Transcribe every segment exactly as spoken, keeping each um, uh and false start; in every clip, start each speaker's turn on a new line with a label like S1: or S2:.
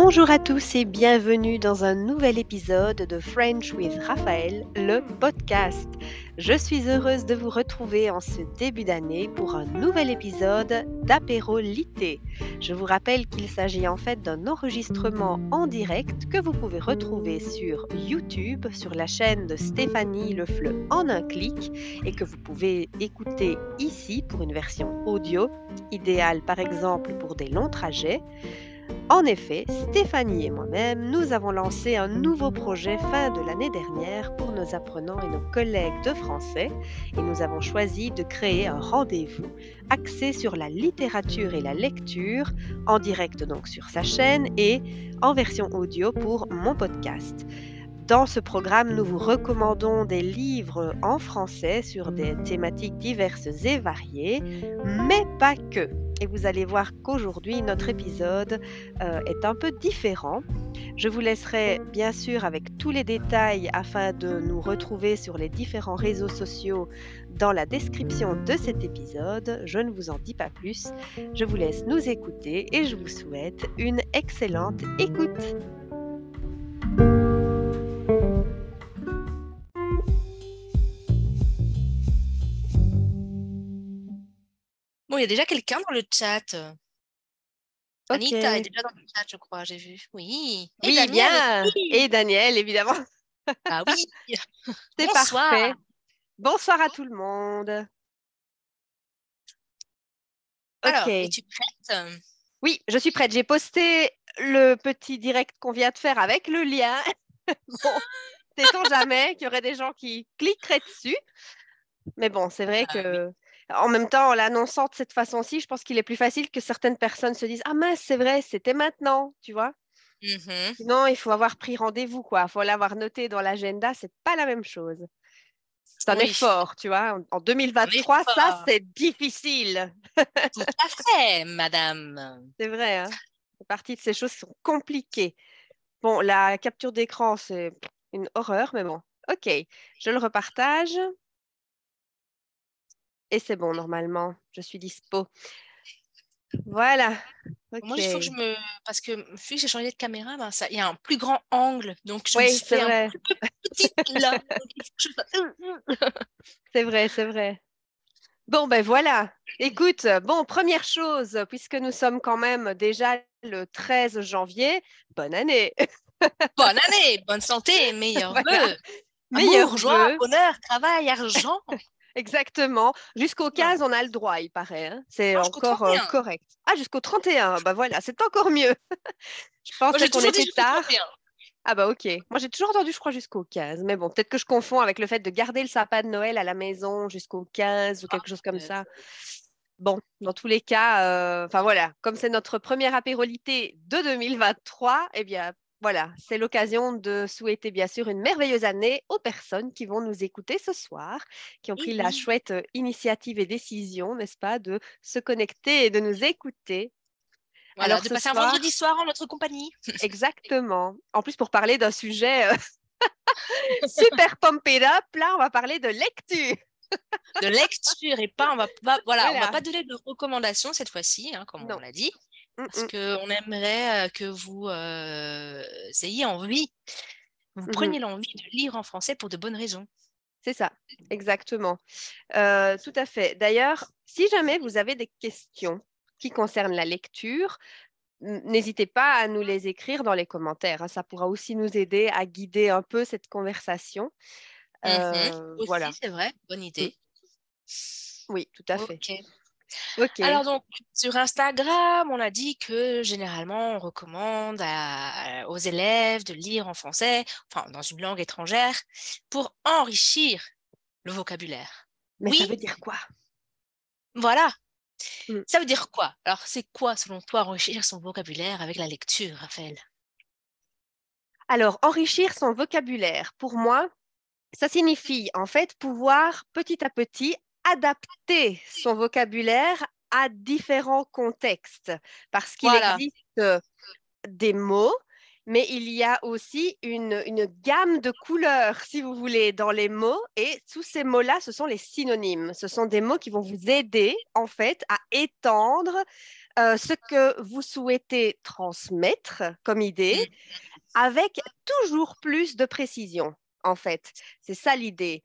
S1: Bonjour à tous et bienvenue dans un nouvel épisode de French with Raphaël, le podcast. Je suis heureuse de vous retrouver en ce début d'année pour un nouvel épisode d'Apéro Lité. Je vous rappelle qu'il s'agit en fait d'un enregistrement en direct que vous pouvez retrouver sur YouTube, sur la chaîne de Stéphanie Le Fleu en un clic et que vous pouvez écouter ici pour une version audio, idéale par exemple pour des longs trajets. En effet, Stéphanie et moi-même, nous avons lancé un nouveau projet fin de l'année dernière pour nos apprenants et nos collègues de français et nous avons choisi de créer un rendez-vous axé sur la littérature et la lecture, en direct donc sur sa chaîne et en version audio pour mon podcast. Dans ce programme, nous vous recommandons des livres en français sur des thématiques diverses et variées, mais pas que. Et vous allez voir qu'aujourd'hui, notre épisode euh, est un peu différent. Je vous laisserai bien sûr avec tous les détails afin de nous retrouver sur les différents réseaux sociaux dans la description de cet épisode. Je ne vous en dis pas plus. Je vous laisse nous écouter et je vous souhaite une excellente écoute.
S2: Bon, il y a déjà quelqu'un dans le chat. Anita est
S1: Ok.
S2: déjà dans le chat, je crois, j'ai vu. Oui. Et
S1: Oui,
S2: Daniel
S1: bien.
S2: aussi.
S1: Et Daniel, évidemment.
S2: Ah oui.
S1: C'est
S2: Bonsoir.
S1: parfait. Bonsoir à tout le monde.
S2: Alors,
S1: Ok.
S2: es-tu prête?
S1: Oui, je suis prête. J'ai posté le petit direct qu'on vient de faire avec le lien. Bon, sait-on jamais qu'il y aurait des gens qui cliqueraient dessus. Mais bon, c'est vrai
S2: Ah oui.
S1: que en même temps, en l'annonçant de cette façon-ci, je pense qu'il est plus facile que certaines personnes se disent: Ah mince, c'est vrai, c'était maintenant, tu vois.
S2: Mhm.
S1: Sinon, il faut avoir pris rendez-vous, quoi. Il faut l'avoir noté dans l'agenda, c'est pas la même chose. C'est un
S2: Oui,
S1: effort, tu vois. En en
S2: on est
S1: deux mille vingt-trois, ça,
S2: fort.
S1: c'est difficile.
S2: Tout à fait, madame.
S1: C'est vrai, hein. C'est partie de ces choses qui sont compliquées. Bon, la capture d'écran, c'est une horreur, mais bon. Ok, je le repartage et c'est bon, normalement. Je suis dispo. Voilà.
S2: Moi,
S1: Ok.
S2: il faut que je me... Parce que vu que j'ai changé de caméra, ben, ça... il y a un plus grand angle. Donc, je me
S1: Oui, c'est
S2: fais un
S1: vrai.
S2: peu plus petite là. Donc, il faut que je fasse-
S1: C'est vrai, c'est vrai. Bon, ben voilà. Écoute, bon, première chose, puisque nous sommes quand même déjà le treize janvier, bonne année.
S2: Bonne année, bonne santé, meilleurs
S1: Voilà.
S2: vœux.
S1: Meilleurs
S2: Amour, joie,
S1: vœux.
S2: bonheur, travail, argent.
S1: Exactement. Jusqu'au
S2: Non,
S1: quinze, on a le droit, il paraît, hein. C'est
S2: non, jusqu'au
S1: encore euh,
S2: trente et un.
S1: correct. Ah, jusqu'au trente et un. Bah voilà, c'est encore mieux. Je
S2: Moi,
S1: pensais
S2: j'ai
S1: qu'on
S2: toujours dit
S1: était
S2: jusqu'au trente et
S1: tard.
S2: un.
S1: Ah bah ok. Moi, j'ai toujours entendu, je crois, jusqu'au quinze. Mais bon, peut-être que je confonds avec le fait de garder le sapin de Noël à la maison jusqu'au quinze ou
S2: Ah,
S1: quelque chose comme
S2: peut-être.
S1: ça. Bon, dans tous les cas, euh, enfin voilà, comme c'est notre première apérolité de deux mille vingt-trois, eh bien voilà, c'est l'occasion de souhaiter bien sûr une merveilleuse année aux personnes qui vont nous écouter ce soir, qui ont
S2: Eh
S1: pris la
S2: oui.
S1: chouette euh, initiative et décision, n'est-ce pas, de se connecter et de nous écouter.
S2: Voilà,
S1: Alors
S2: de
S1: ce
S2: passer un
S1: soir,
S2: vendredi soir en notre compagnie.
S1: exactement. En plus, pour parler d'un sujet euh, super pumped up, là, on va parler de lecture.
S2: De lecture et pas, on va pas, voilà, on va
S1: Voilà.
S2: pas donner de recommandations cette fois-ci, hein, comme on
S1: Non.
S2: l'a dit,
S1: Mm,
S2: parce
S1: mm,
S2: qu'on aimerait euh, que vous euh, ayez envie, vous
S1: mhm.
S2: preniez l'envie de lire en français pour de bonnes raisons.
S1: C'est ça, exactement. Euh, tout à fait. D'ailleurs, si jamais vous avez des questions qui concernent la lecture, n- n'hésitez pas à nous les écrire dans les commentaires, hein. Ça pourra aussi nous aider à guider un peu cette conversation.
S2: Mhm.
S1: Euh,
S2: Aussi,
S1: voilà.
S2: c'est vrai, bonne
S1: Mm.
S2: idée.
S1: Oui, tout à fait.
S2: Ok.
S1: OK.
S2: Alors donc, sur Instagram, on a dit que généralement, on recommande à- aux élèves de lire en français, enfin dans une langue étrangère, pour enrichir le vocabulaire.
S1: Mais ça
S2: Oui,
S1: veut dire quoi?
S2: voilà.
S1: Mm.
S2: Ça veut dire quoi? Alors, c'est quoi, selon toi, enrichir son vocabulaire avec la lecture, Raphaël?
S1: Alors, enrichir son vocabulaire, pour moi, ça signifie en fait pouvoir petit à petit adapter son vocabulaire à différents contextes, parce qu'il
S2: Voilà.
S1: existe des mots mais il y a aussi une, une gamme de couleurs, si vous voulez, dans les mots. Et tous ces mots-là, ce sont les synonymes. Ce sont des mots qui vont vous aider, en fait, à étendre euh, ce que vous souhaitez transmettre comme idée
S2: Mm.
S1: avec toujours plus de précision, en fait. C'est ça l'idée.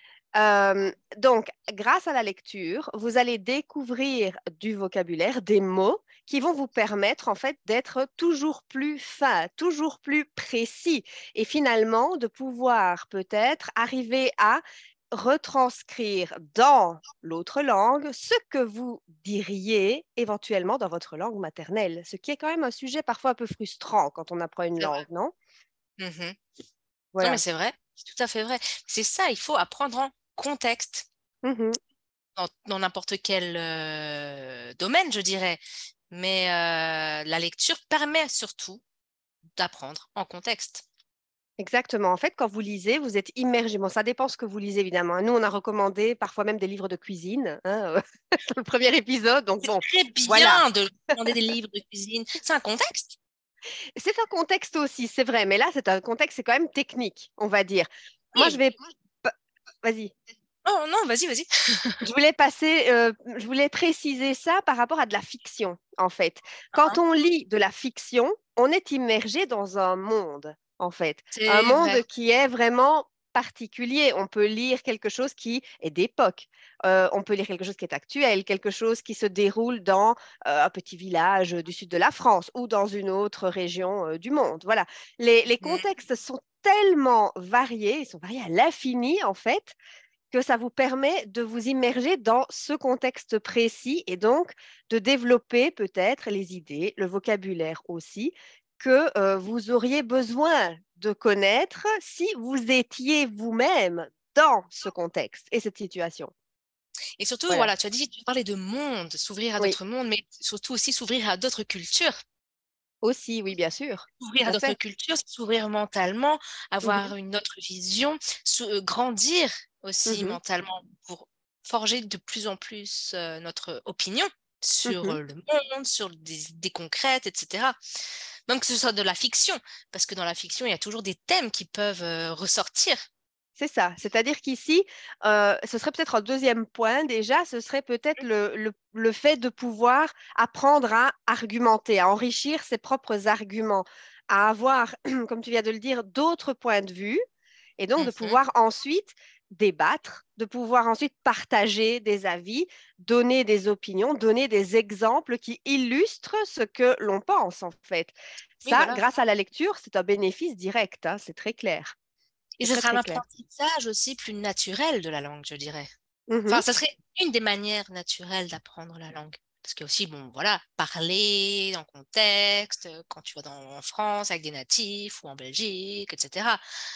S1: Euh, donc, grâce à la lecture, vous allez découvrir du vocabulaire, des mots qui vont vous permettre en fait d'être toujours plus fin, toujours plus précis et finalement de pouvoir peut-être arriver à retranscrire dans l'autre langue ce que vous diriez éventuellement dans votre langue maternelle, ce qui est quand même un sujet parfois un peu frustrant quand on apprend une
S2: C'est vrai.
S1: langue, non?
S2: Mhm. Non, mais
S1: Voilà.
S2: c'est vrai, c'est tout à fait vrai. C'est ça, il faut apprendre en contexte,
S1: Mhm.
S2: dans dans n'importe quel euh, domaine, je dirais. Mais euh, la lecture permet surtout d'apprendre en contexte.
S1: Exactement. En fait, quand vous lisez, vous êtes immergé. Bon, ça dépend ce que vous lisez, évidemment. Nous, on a recommandé parfois même des livres de cuisine, hein, euh, dans le premier épisode. Donc,
S2: C'est
S1: bon,
S2: très
S1: voilà.
S2: bien de demander des livres de cuisine. C'est un contexte.
S1: C'est un contexte aussi, c'est vrai. Mais là, c'est un contexte, c'est quand même technique, on va dire. Moi, je
S2: Oui.
S1: vais... pa- Vas-y.
S2: Oh non, vas-y, vas-y.
S1: Je voulais passer, euh, je voulais préciser ça par rapport à de la fiction, en fait. Quand
S2: Hein,
S1: on lit de la fiction, on est immergé dans un monde, en fait. Un
S2: c'est
S1: monde
S2: vrai.
S1: qui est vraiment particulier. On peut lire quelque chose qui est d'époque. Euh, on peut lire quelque chose qui est actuel, quelque chose qui se déroule dans euh, un petit village du sud de la France ou dans une autre région euh, du monde. Voilà. Les, les
S2: Mm.
S1: contextes sont tellement variés, ils sont variés à l'infini, en fait, que ça vous permet de vous immerger dans ce contexte précis et donc de développer peut-être les idées, le vocabulaire aussi, que euh, vous auriez besoin de connaître si vous étiez vous-même dans ce contexte et cette situation.
S2: Et surtout,
S1: Voilà.
S2: voilà, tu as dit, tu parlais de monde, s'ouvrir à
S1: Oui,
S2: d'autres mondes, mais surtout aussi s'ouvrir à d'autres cultures.
S1: aussi, oui, bien sûr. Tout
S2: S'ouvrir à
S1: à
S2: d'autres
S1: fait.
S2: cultures, s'ouvrir mentalement,
S1: Mhm,
S2: avoir une autre vision, se- euh, grandir aussi
S1: mhm,
S2: mentalement pour forger de plus en plus euh, notre opinion sur
S1: mhm.
S2: euh, le monde, sur des idées concrètes, et cetera. Même que ce soit de la fiction, parce que dans la fiction, il y a toujours des thèmes qui peuvent euh, ressortir.
S1: C'est ça. C'est-à-dire qu'ici, euh, ce serait peut-être un deuxième point déjà, ce serait peut-être le, le- le fait de pouvoir apprendre à argumenter, à enrichir ses propres arguments, à avoir, comme tu viens de le dire, d'autres points de vue, et donc de
S2: Mhm.
S1: pouvoir ensuite débattre, de pouvoir ensuite partager des avis, donner des opinions, donner des exemples qui illustrent ce que l'on pense en fait.
S2: Oui,
S1: Ça,
S2: voilà.
S1: grâce à la lecture, c'est un bénéfice direct, hein, c'est très clair.
S2: Et
S1: C'est
S2: ce
S1: très
S2: sera un
S1: très clair.
S2: apprentissage aussi plus naturel de la langue, je dirais.
S1: Mhm.
S2: Enfin, ça serait une des manières naturelles d'apprendre la langue. Parce que aussi, bon, voilà, parler en contexte, euh, quand tu vas dans, en France avec des natifs ou en Belgique, et cetera.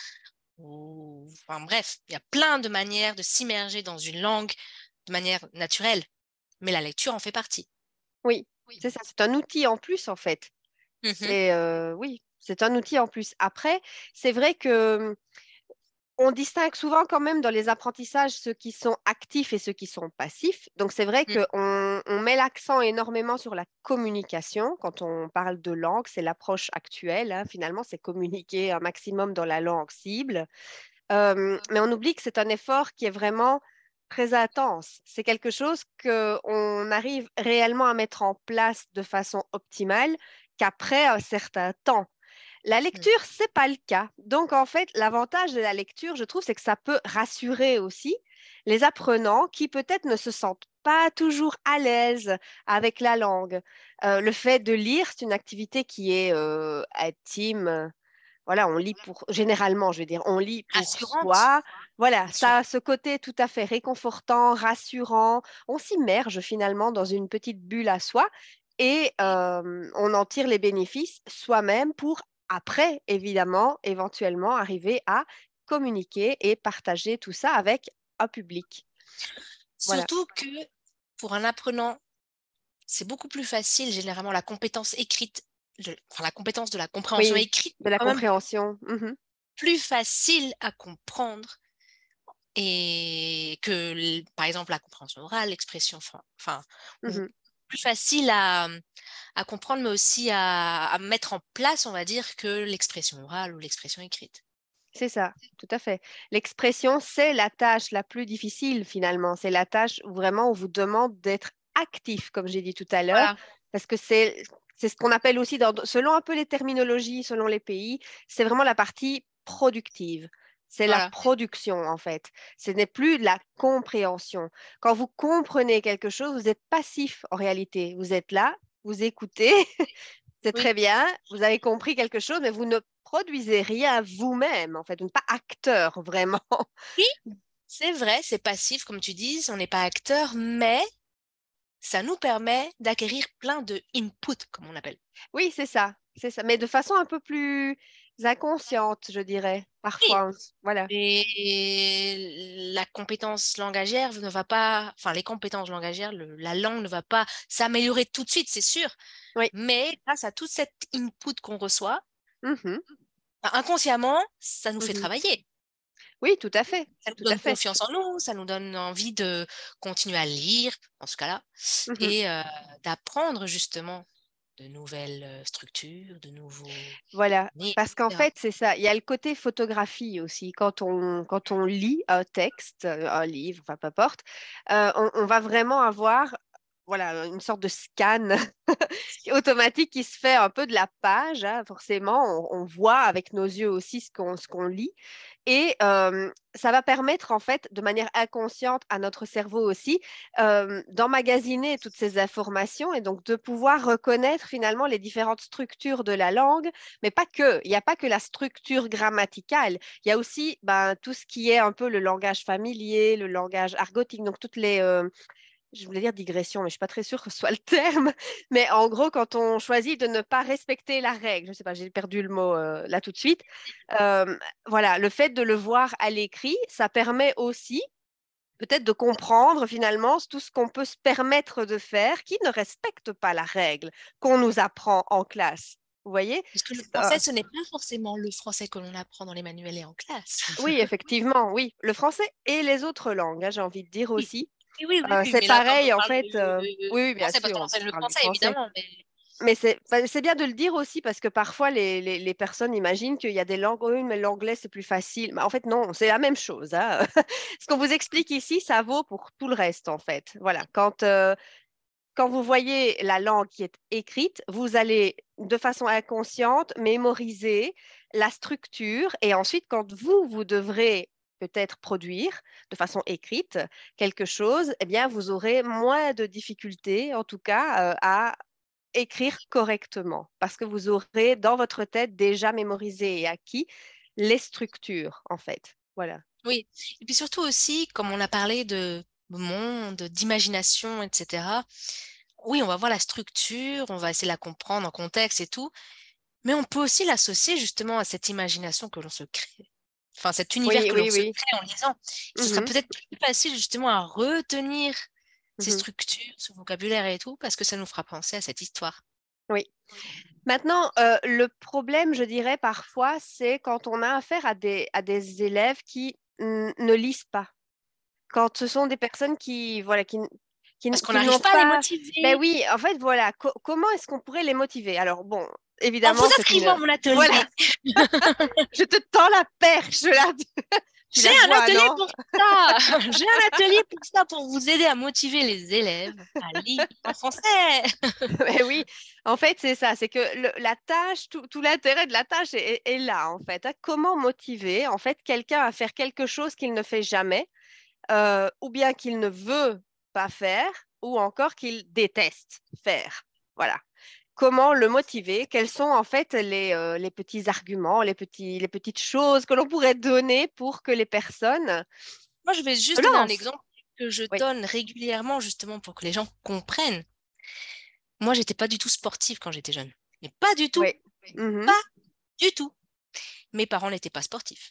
S2: Ou, enfin, bref, il y a plein de manières de s'immerger dans une langue de manière naturelle. Mais la lecture en fait partie.
S1: Oui, c'est ça, c'est un outil en plus en fait.
S2: Mhm.
S1: C'est euh, oui, c'est un outil en plus. Après, c'est vrai que hum, on distingue souvent quand même dans les apprentissages ceux qui sont actifs et ceux qui sont passifs. Donc c'est vrai
S2: Mm.
S1: qu'on on met l'accent énormément sur la communication quand on parle de langue, c'est l'approche actuelle, hein. Finalement, c'est communiquer un maximum dans la langue cible. Euh, mais on oublie que c'est un effort qui est vraiment très intense. C'est quelque chose qu'on arrive réellement à mettre en place de façon optimale qu'après un certain temps. La
S2: Mm.
S1: lecture, c'est pas le cas. Donc, en fait, l'avantage de la lecture, je trouve, c'est que ça peut rassurer aussi les apprenants qui peut-être ne se sentent pas toujours à l'aise avec la langue. Euh, le fait de lire, c'est une activité qui est euh, intime, voilà, on lit pour, généralement, je veux dire, on lit pour
S2: Rassurante,
S1: soi. Voilà,
S2: bien sûr.
S1: ça a ce côté tout à fait réconfortant, rassurant. On s'immerge finalement dans une petite bulle à soi et euh, on en tire les bénéfices soi-même pour après, évidemment, éventuellement arriver à communiquer et partager tout ça avec un public. Voilà.
S2: Surtout que pour un apprenant, c'est beaucoup plus facile, généralement, la compétence écrite, le- enfin la compétence de la compréhension
S1: Oui,
S2: écrite
S1: de
S2: est
S1: la
S2: quand même
S1: compréhension. Mhm,
S2: plus facile à comprendre et que, l- par exemple, la compréhension orale, l'expression, enfin, enfin, ou
S1: mhm.
S2: plus facile à, à comprendre, mais aussi à, à mettre en place, on va dire, que l'expression orale ou l'expression écrite.
S1: C'est ça, tout à fait. L'expression, c'est la tâche la plus difficile finalement. C'est la tâche où vraiment on vous demande d'être actif, comme j'ai dit tout à l'heure,
S2: Voilà,
S1: parce que c'est c'est ce qu'on appelle aussi, dans- selon un peu les terminologies, selon les pays, c'est vraiment la partie productive. C'est la
S2: voilà.
S1: production en fait. Ce n'est plus de la compréhension. Quand vous comprenez quelque chose, vous êtes passif en réalité. Vous êtes là, vous écoutez, c'est
S2: Oui,
S1: très bien, vous avez compris quelque chose, mais vous ne produisez rien vous-même, en fait. Vous n'êtes pas acteur, vraiment.
S2: oui, c'est vrai, c'est passif, comme tu dis, on n'est pas acteur, mais ça nous permet d'acquérir plein de inputs, comme on appelle.
S1: Oui, c'est ça, c'est ça. Mais de façon un peu plus inconsciente, je dirais,
S2: Oui,
S1: parfois. Voilà.
S2: et la compétence langagière ne va pas, enfin les compétences langagières, le- la langue ne va pas s'améliorer tout de suite, c'est sûr,
S1: Oui.
S2: mais grâce à tout cet input qu'on reçoit,
S1: Mhm,
S2: ben, inconsciemment, ça nous fait
S1: mhm.
S2: travailler.
S1: Oui, tout à fait,
S2: Ça nous
S1: tout à
S2: donne
S1: fait.
S2: confiance en nous, ça nous donne envie de continuer à lire, dans ce cas-là,
S1: Mhm.
S2: et euh, d'apprendre justement de nouvelles euh, structures, de nouveaux
S1: Voilà.
S2: nez,
S1: Parce qu'en
S2: et cetera.
S1: fait, c'est ça. Il y a le côté photographie aussi. Quand on, quand on lit un texte, euh, un livre, enfin, peu importe, euh, on, on va vraiment avoir voilà, une sorte de scan automatique qui se fait un peu de la page, hein, forcément, on, on voit avec nos yeux aussi ce qu'on ce qu'on lit. Et euh, ça va permettre, en fait, de manière inconsciente à notre cerveau aussi, euh, d'emmagasiner toutes ces informations et donc de pouvoir reconnaître finalement les différentes structures de la langue, mais pas que. Il n'y a pas que la structure grammaticale. Il y a aussi ben, tout ce qui est un peu le langage familier, le langage argotique, donc toutes les, euh, je voulais dire digression, mais je ne suis pas très sûre que ce soit le terme. Mais en gros, quand on choisit de ne pas respecter la règle, je ne sais pas, j'ai perdu le mot euh, là tout de suite. Euh, voilà, le fait de le voir à l'écrit, ça permet aussi peut-être de comprendre finalement tout ce qu'on peut se permettre de faire qui ne respecte pas la règle qu'on nous apprend en classe. Vous voyez?
S2: Parce que le
S1: C'est, euh,
S2: français, ce n'est pas forcément le français que l'on apprend dans les manuels et en classe.
S1: oui, effectivement, oui. Le français et les autres langues, hein, j'ai envie de dire
S2: Oui,
S1: aussi.
S2: oui, oui, oui,
S1: Euh,
S2: oui,
S1: c'est
S2: mais là, comme on
S1: pareil, en
S2: parle
S1: fait. euh,
S2: de
S1: Oui, oui, bien
S2: français, parce
S1: sûr,
S2: qu'on
S1: on
S2: enseigne le
S1: parle du
S2: français,
S1: français.
S2: évidemment, mais
S1: Mais c'est enfin, c'est bien de le dire aussi parce que parfois les, les- les personnes imaginent qu'il y a des langues, oui, mais l'anglais c'est plus facile. Mais en fait, non, c'est la même chose, hein. Ce qu'on vous explique ici, ça vaut pour tout le reste, en fait. Voilà. Quand, euh, quand vous voyez la langue qui est écrite, vous allez de façon inconsciente mémoriser la structure et ensuite, quand vous, vous devrez peut-être produire de façon écrite quelque chose, eh bien, vous aurez moins de difficultés, en tout cas, euh, à écrire correctement parce que vous aurez dans votre tête déjà mémorisé et acquis les structures, en fait. Voilà.
S2: oui. Et puis surtout aussi, comme on a parlé de monde, d'imagination, et cetera, oui, on va voir la structure, on va essayer de la comprendre en contexte et tout, mais on peut aussi l'associer justement à cette imagination que l'on se crée. Enfin, cet univers
S1: Oui,
S2: que l'on
S1: oui,
S2: se
S1: oui.
S2: crée en lisant. Ce sera
S1: Mhm,
S2: peut-être plus facile justement à retenir ces
S1: mhm.
S2: structures, ce vocabulaire et tout, parce que ça nous fera penser à cette histoire.
S1: Oui. Maintenant, euh, le problème, je dirais parfois, c'est quand on a affaire à des, à des élèves qui mm, ne lisent pas. Quand ce sont des personnes qui, voilà, qui, n- qui,
S2: Parce
S1: n-
S2: qu'on
S1: qui n'ont
S2: n'arrive pas à les
S1: pas... Ben
S2: motiver
S1: oui, en fait, voilà. Co- comment est-ce qu'on pourrait les motiver? Alors, bon,
S2: en vous
S1: évidemment, c'est
S2: inscrivant à
S1: une...
S2: mon
S1: Voilà,
S2: atelier.
S1: je te tends la perche, là. Tu
S2: J'ai
S1: la
S2: un
S1: vois,
S2: atelier
S1: non?
S2: pour ça. J'ai un atelier pour ça, pour vous aider à motiver les élèves à lire en français.
S1: Mais oui, en fait, c'est ça, c'est que le- la tâche, tout, tout l'intérêt de la tâche est, est là, en fait, hein. Comment motiver, en fait, quelqu'un à faire quelque chose qu'il ne fait jamais, euh, ou bien qu'il ne veut pas faire, ou encore qu'il déteste faire. Voilà. Comment le motiver? Quels sont, en fait, les, euh, les petits arguments, les petits, les petites choses que l'on pourrait donner pour que les personnes
S2: Moi, je vais
S1: se
S2: juste donner un
S1: lancent?
S2: exemple que je
S1: Oui,
S2: donne régulièrement, justement, pour que les gens comprennent. Moi, j'étais pas du tout sportive quand j'étais jeune. Mais pas du tout.
S1: oui. Mhm.
S2: Pas du tout. Mes parents n'étaient pas sportifs.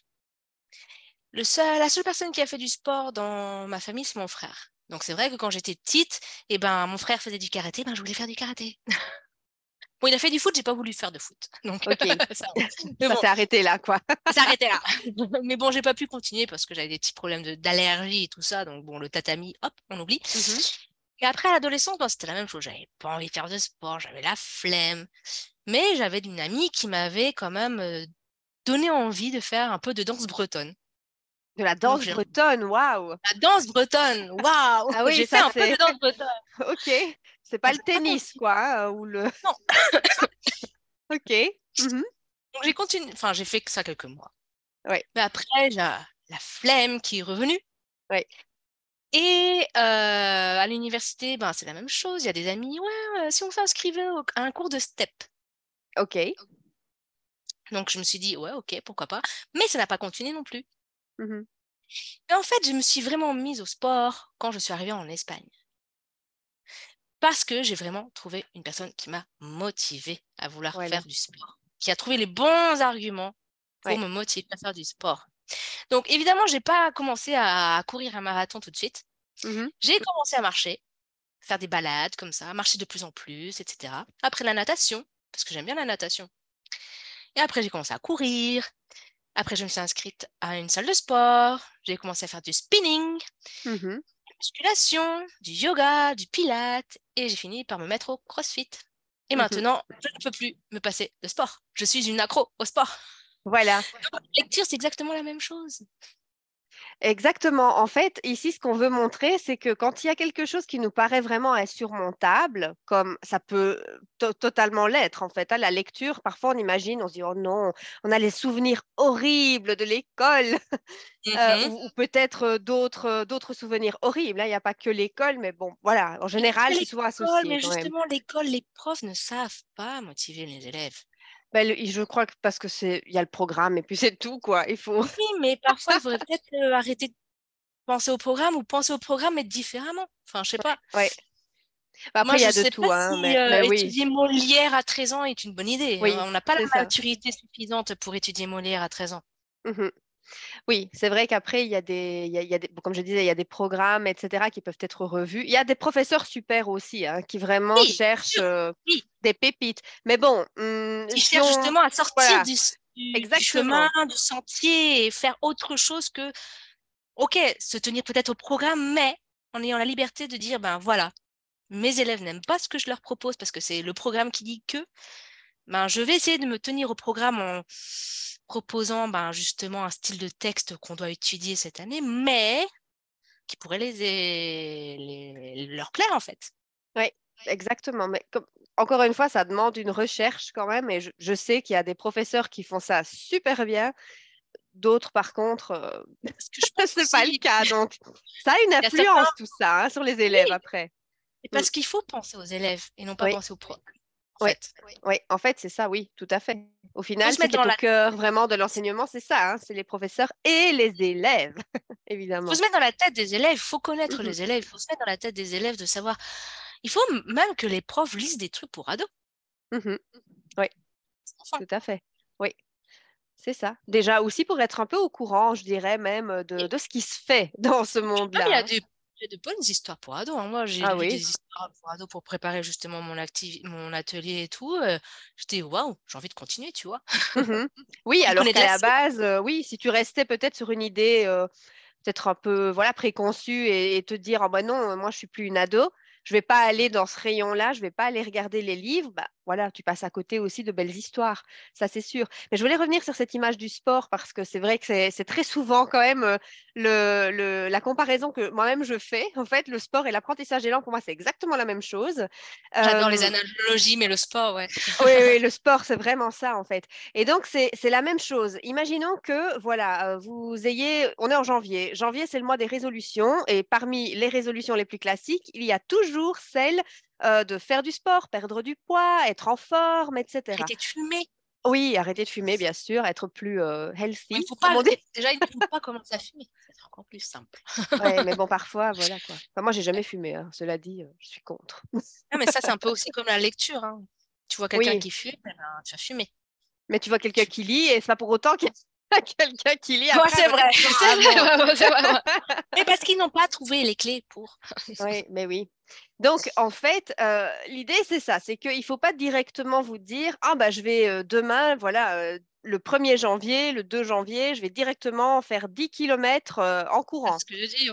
S2: Le seul, la seule personne qui a fait du sport dans ma famille, c'est mon frère. Donc c'est vrai que quand j'étais petite, eh ben, mon frère faisait du karaté, ben, je voulais faire du karaté. Bon, il a fait du foot, j'ai pas voulu faire de foot. Donc,
S1: OK,
S2: ça, mais
S1: ça
S2: bon,
S1: s'est arrêté là, quoi.
S2: ça s'arrêtait là. Mais bon, j'ai pas pu continuer parce que j'avais des petits problèmes de- d'allergie et tout ça. Donc bon, le tatami, hop, on oublie.
S1: Mhm.
S2: Et après, à l'adolescence, bon, c'était la même chose. J'avais pas envie de faire de sport, j'avais la flemme. Mais j'avais une amie qui m'avait quand même euh, donné envie de faire un peu de danse bretonne.
S1: De la
S2: Donc,
S1: danse
S2: j'ai-
S1: bretonne, waouh!
S2: la danse bretonne, waouh!
S1: Ah oui,
S2: J'ai fait
S1: ça
S2: un peu de
S1: c'est
S2: danse bretonne.
S1: OK. C'est pas
S2: Bon,
S1: le
S2: ça n'a pas
S1: tennis
S2: continué.
S1: quoi, hein, ou le
S2: Non.
S1: OK. Mmh.
S2: Donc, j'ai continué, enfin, j'ai fait que ça quelques mois.
S1: Ouais,
S2: Mais après, j'ai la la flemme qui est revenue.
S1: ouais.
S2: Et euh, à l'université, ben, c'est la même chose. Il y a des amis, ouais, euh, si on s'inscrivait au- à un cours de step.
S1: OK.
S2: Donc, je me suis dit, ouais, ok, pourquoi pas. Mais ça n'a pas continué non plus.
S1: Mmh.
S2: Et en fait, je me suis vraiment mise au sport quand je suis arrivée en Espagne. Parce que j'ai vraiment trouvé une personne qui m'a motivée à vouloir
S1: Voilà.
S2: faire du sport, qui a trouvé les bons arguments pour
S1: Ouais.
S2: me motiver à faire du sport. Donc, évidemment, j'ai pas commencé à courir un marathon tout de suite.
S1: Mmh.
S2: J'ai commencé à marcher, faire des balades comme ça, marcher de plus en plus, et cetera. Après la natation, parce que j'aime bien la natation. Et après, j'ai commencé à courir. Après, je me suis inscrite à une salle de sport. J'ai commencé à faire du spinning,
S1: Mmh.
S2: la musculation, du yoga, du pilates. Et j'ai fini par me mettre au CrossFit. Et
S1: Mmh.
S2: maintenant, je ne peux plus me passer de sport. Je suis une accro au sport.
S1: Voilà.
S2: Donc, la lecture, c'est exactement la même chose.
S1: Exactement. En fait, ici, ce qu'on veut montrer, c'est que quand il y a quelque chose qui nous paraît vraiment insurmontable, comme ça peut euh, to- totalement l'être, en fait, hein, la lecture, parfois on imagine, on se dit, oh non, on a les souvenirs horribles de l'école, euh,
S2: Mhm.
S1: ou, ou peut-être euh, d'autres euh, d'autres souvenirs horribles, hein. Il n'y a pas que l'école, mais bon, voilà, en
S2: Mais pas que
S1: général, c'est souvent
S2: l'école,
S1: associé
S2: mais
S1: quand même.
S2: justement, l'école, les profs ne savent pas motiver les élèves.
S1: Ben, le- je crois que parce que c'est, il y a le programme et puis c'est tout, quoi. Il faut.
S2: Oui, mais parfois, il faudrait peut-être euh, arrêter de penser au programme ou penser au programme, mais différemment. Enfin, je sais pas.
S1: Ouais. Ben,
S2: Moi,
S1: après, il y
S2: je
S1: a de
S2: sais pas
S1: tout, hein,
S2: si
S1: mais,
S2: euh,
S1: mais oui,
S2: étudier Molière à treize ans est une bonne idée.
S1: oui,
S2: On n'a pas
S1: c'est
S2: la
S1: ça.
S2: maturité suffisante pour étudier Molière à treize ans.
S1: Mhm. Oui, c'est vrai qu'après, il y a des, il y a, il y a des, comme je disais, il y a des programmes, et cetera, qui peuvent être revus. Il y a des professeurs super aussi, hein, qui vraiment
S2: Oui, bien
S1: cherchent
S2: sûr.
S1: euh,
S2: Oui,
S1: des pépites. Mais bon, hum,
S2: qui
S1: si
S2: cherche
S1: on...
S2: justement à sortir
S1: Voilà,
S2: du, du, du chemin,
S1: exactement.
S2: du sentier et faire autre chose que, ok, se tenir peut-être au programme, mais en ayant la liberté de dire, ben voilà, mes élèves n'aiment pas ce que je leur propose parce que c'est le programme qui dit que, ben je vais essayer de me tenir au programme en proposant ben, justement un style de texte qu'on doit étudier cette année, mais qui pourrait les, les- leur plaire en fait.
S1: Oui, exactement. Mais comme- encore une fois, ça demande une recherche quand même. Et je, je sais qu'il y a des professeurs qui font ça super bien. D'autres, par contre, euh,
S2: Parce que je pense
S1: c'est pas le
S2: aussi,
S1: cas. Donc, ça a une
S2: il y a certains,
S1: influence, tout ça, hein, sur les élèves
S2: oui,
S1: après.
S2: c'est
S1: Mm.
S2: parce qu'il faut penser aux élèves et non pas
S1: Oui.
S2: penser aux profs, en
S1: Oui,
S2: fait.
S1: oui, en fait, c'est ça, oui, tout à fait. Au
S2: Il faut
S1: final,
S2: se
S1: ce
S2: mettre
S1: qui est
S2: dans
S1: au
S2: la
S1: cœur vraiment de l'enseignement, c'est ça, hein, c'est les professeurs et les élèves,
S2: faut
S1: évidemment.
S2: se mettre dans la tête des élèves, il faut connaître
S1: Mhm,
S2: les élèves, il faut se mettre dans la tête des élèves de savoir. Il faut m- même que les profs lisent des trucs pour ados.
S1: mhm. Oui,
S2: Enfin,
S1: tout à fait. Oui, c'est ça. Déjà aussi pour être un peu au courant, je dirais même, de,
S2: et
S1: de ce qui se fait dans ce
S2: même il y
S1: monde-là,
S2: a
S1: hein.
S2: des, il y a de bonnes histoires pour ados, hein. Moi, j'ai
S1: Ah
S2: lu
S1: oui.
S2: des histoires pour ados pour préparer justement mon activi- mon atelier et tout. euh, J'étais waouh, j'ai envie de continuer, tu vois.
S1: Mhm. Oui,
S2: Il
S1: alors
S2: connaît de
S1: qu'à
S2: la
S1: la
S2: suite.
S1: base, euh, oui, si tu restais peut-être sur une idée euh, peut-être un peu voilà préconçue et, et te dire ah bah non, euh, moi je suis plus une ado, je vais pas aller dans ce rayon-là, je vais pas aller regarder les livres, bah voilà, tu passes à côté aussi de belles histoires, ça c'est sûr. Mais je voulais revenir sur cette image du sport parce que c'est vrai que c'est c'est très souvent quand même euh, le, le- la comparaison que moi-même je fais. En fait, le sport et l'apprentissage des langues pour moi c'est exactement la même chose.
S2: J'adore les
S1: Euh,
S2: analogies, mais le sport, ouais.
S1: oui, oui, le sport, c'est vraiment ça, en fait. Et donc, c'est, c'est la même chose. Imaginons que, voilà, euh, vous ayez, on est en janvier. Janvier, c'est le mois des résolutions. Et parmi les résolutions les plus classiques, il y a toujours celle euh, de faire du sport, perdre du poids, être en forme, et cetera.
S2: Arrêtez de fumer.
S1: Oui, arrêter de fumer, bien sûr, être plus euh,
S2: Il ne
S1: healthy,
S2: faut
S1: comme
S2: pas,
S1: on dit.
S2: déjà, il ne faut pas commencer à fumer. C'est encore plus simple.
S1: Ouais, mais bon, parfois, voilà quoi. Enfin, moi, j'ai jamais fumé, hein. Cela dit, euh, je suis contre.
S2: Ah, mais ça, c'est un peu aussi comme la lecture, hein. Tu vois quelqu'un
S1: Oui,
S2: qui fume, eh ben, tu vas fumer.
S1: mais tu vois quelqu'un
S2: Tu-
S1: qui lit et c'est pas pour autant qu'il y a quelqu'un qui lit
S2: Ouais,
S1: après à
S2: c'est
S1: côté
S2: vrai,
S1: de toi.
S2: c'est
S1: Ah
S2: vrai,
S1: non.
S2: ouais, ouais, c'est vrai, ouais. Mais parce qu'ils n'ont pas trouvé les clés pour.
S1: Oui, mais oui. Donc, en fait, euh, l'idée, c'est ça, c'est qu'il ne faut pas directement vous dire, ah bah je vais euh, demain, voilà, euh, le premier janvier, le deux janvier, je vais directement faire dix kilomètres euh, en
S2: C'est
S1: courant.
S2: ce que je dis, voilà.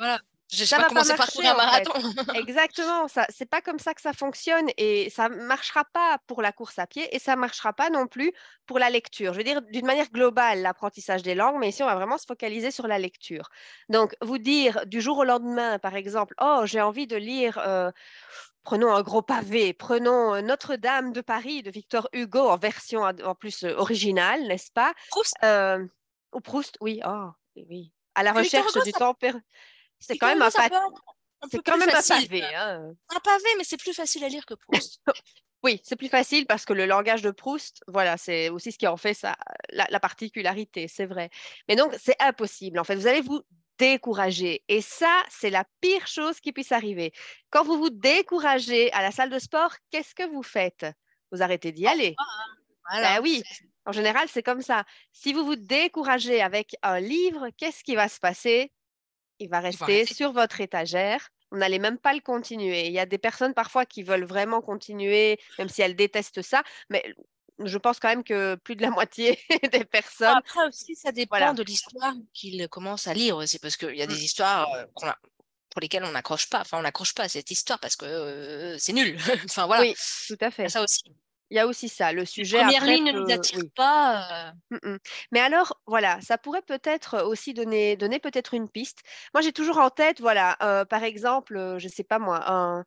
S2: Je n'ai
S1: Ça
S2: pas
S1: va pas
S2: commencé par
S1: marcher
S2: courir un
S1: en fait.
S2: marathon.
S1: Exactement, ça, c'est pas comme ça que ça fonctionne et ça marchera pas pour la course à pied et ça marchera pas non plus pour la lecture. Je veux dire, d'une manière globale, l'apprentissage des langues, mais ici, on va vraiment se focaliser sur la lecture. Donc, vous dire du jour au lendemain, par exemple, oh, j'ai envie de lire, euh, prenons un gros pavé, prenons euh, Notre-Dame de Paris de Victor Hugo en version ad- en plus euh, originale, n'est-ce pas?
S2: Proust.
S1: Euh, ou Proust, oui, oh, oui, oui. À la
S2: Mais Victor
S1: recherche
S2: Hugo,
S1: du
S2: ça,
S1: temps perdu. C'est quand
S2: Victor
S1: même
S2: Hugo,
S1: un,
S2: ça
S1: pa-
S2: peut être un
S1: c'est
S2: peu
S1: quand
S2: plus
S1: même un
S2: facile.
S1: pavé, hein.
S2: Un pavé, mais c'est plus facile à lire que Proust.
S1: Oui, c'est plus facile parce que le langage de Proust, voilà, c'est aussi ce qui en fait sa, la, la particularité, c'est vrai. Mais donc, c'est impossible. En fait, vous allez vous décourager. Et ça, c'est la pire chose qui puisse arriver. Quand vous vous découragez à la salle de sport, qu'est-ce que vous faites? Vous arrêtez d'y aller. Ben
S2: Voilà.
S1: oui, en général, c'est comme ça. Si vous vous découragez avec un livre, qu'est-ce qui va se passer? Il va
S2: Il faut
S1: rester
S2: arrêter.
S1: sur votre étagère. Vous n'allez même pas le continuer. Il y a des personnes parfois qui veulent vraiment continuer, même si elles détestent ça, mais je pense quand même que plus de la moitié des
S2: Bon,
S1: personnes,
S2: après aussi, ça dépend
S1: voilà.
S2: de l'histoire qu'il commence à lire aussi, parce qu'il y a
S1: Mm.
S2: des histoires euh, qu'on a- pour lesquelles on n'accroche pas. Enfin, on n'accroche pas à cette histoire parce que euh, c'est nul. Enfin, voilà.
S1: Oui, tout à
S2: Il y a
S1: fait.
S2: ça aussi.
S1: Il y a aussi ça. Le
S2: Les
S1: sujet
S2: premières
S1: après
S2: lignes ne nous
S1: peut,
S2: attirent
S1: oui.
S2: pas. euh,
S1: Mm, mm. Mais alors, voilà, ça pourrait peut-être aussi donner, donner peut-être une piste. Moi, j'ai toujours en tête, voilà, euh, par exemple, euh, je sais pas moi, un,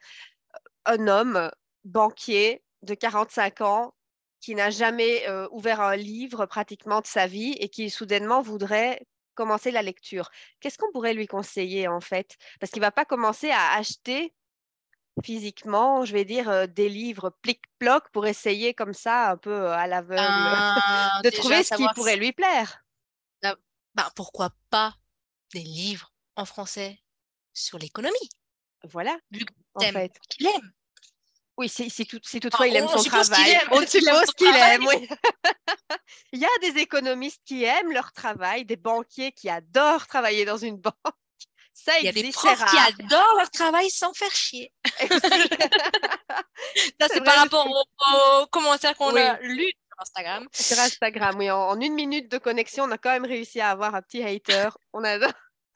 S1: un homme banquier de quarante-cinq ans qui n'a jamais euh, ouvert un livre pratiquement de sa vie et qui soudainement voudrait commencer la lecture. Qu'est-ce qu'on pourrait lui conseiller en fait? Parce qu'il ne va pas commencer à acheter physiquement, je vais dire, euh, des livres plic-ploc pour essayer comme ça, un peu euh, à l'aveugle,
S2: ben,
S1: de
S2: déjà,
S1: trouver ce qui
S2: savoir
S1: pourrait
S2: si-
S1: lui plaire.
S2: la- ben, pourquoi pas des livres en français sur l'économie,
S1: Voilà,
S2: vu que
S1: en
S2: thème
S1: fait.
S2: qu'il aime.
S1: Oui, si, si, tout- si
S2: Enfin,
S1: toutefois il aime
S2: on, on
S1: son
S2: suppose qu'il
S1: travail.
S2: aime,
S1: On
S2: qu'il aime
S1: suppose
S2: son
S1: qu'il
S2: travail.
S1: aime, oui. Il y a des économistes qui aiment leur travail, des banquiers qui adorent travailler dans une banque. Ça
S2: Il y a des
S1: existe, c'est
S2: profs qui
S1: rare.
S2: adorent leur travail sans faire chier.
S1: Exact.
S2: Ça,
S1: C'est
S2: c'est par
S1: vrai
S2: rapport
S1: aussi.
S2: aux, aux commentaires qu'on
S1: Oui,
S2: a lus sur Instagram.
S1: sur Instagram, oui. En, en une minute de connexion, on a quand même réussi à avoir un petit hater. On adore.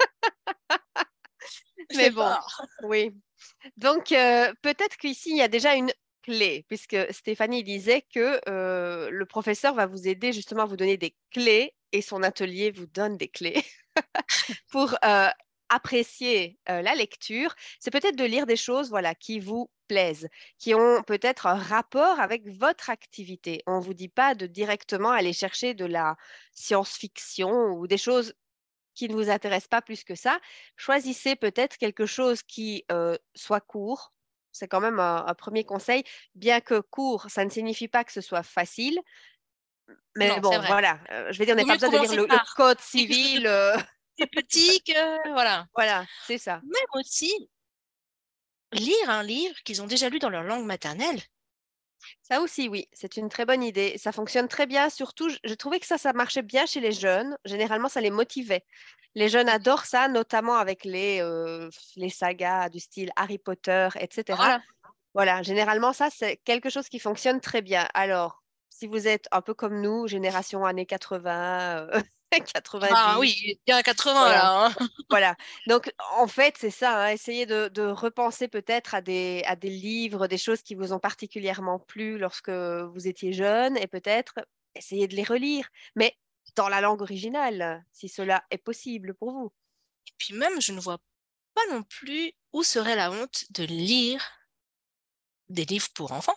S2: Je
S1: Mais
S2: fais
S1: bon,
S2: peur.
S1: oui. Donc, euh, peut-être qu'ici, il y a déjà une clé, puisque Stéphanie disait que euh, le professeur va vous aider justement à vous donner des clés et son atelier vous donne des clés pour euh, apprécier euh, la lecture. C'est peut-être de lire des choses voilà, qui vous plaisent, qui ont peut-être un rapport avec votre activité. On ne vous dit pas de directement aller chercher de la science-fiction ou des choses qui ne vous intéresse pas plus que ça, choisissez peut-être quelque chose qui euh, soit court. C'est quand même un, un premier conseil. Bien que court, ça ne signifie pas que ce soit facile. Mais
S2: Non, c'est
S1: bon,
S2: vrai.
S1: voilà. Euh, je vais dire, on
S2: Il
S1: n'a
S2: vaut
S1: pas
S2: mieux
S1: besoin de lire
S2: commencer
S1: le, le
S2: par
S1: code
S2: quelque chose de
S1: civil. euh,
S2: plus petit que... Voilà.
S1: Voilà, c'est ça.
S2: Même aussi, lire un livre qu'ils ont déjà lu dans leur langue maternelle.
S1: Ça aussi, oui, c'est une très bonne idée. Ça fonctionne très bien. Surtout, je- j'ai trouvé que ça, ça marchait bien chez les jeunes. Généralement, ça les motivait. Les jeunes adorent ça, notamment avec les, euh, les sagas du style Harry Potter, et cetera.
S2: Voilà.
S1: Voilà, généralement, ça, c'est quelque chose qui fonctionne très bien. Alors, si vous êtes un peu comme nous, génération années quatre-vingts, euh,
S2: Ah
S1: quatre-vingt-dix,
S2: oui, il y a quatre-vingts
S1: voilà,
S2: là. Hein.
S1: voilà. Donc, en fait, c'est ça, hein, essayez de, de repenser peut-être à des, à des livres, des choses qui vous ont particulièrement plu lorsque vous étiez jeune et peut-être essayez de les relire, mais dans la langue originale, si cela est possible pour vous.
S2: Et puis même, je ne vois pas non plus où serait la honte de lire des livres pour enfants.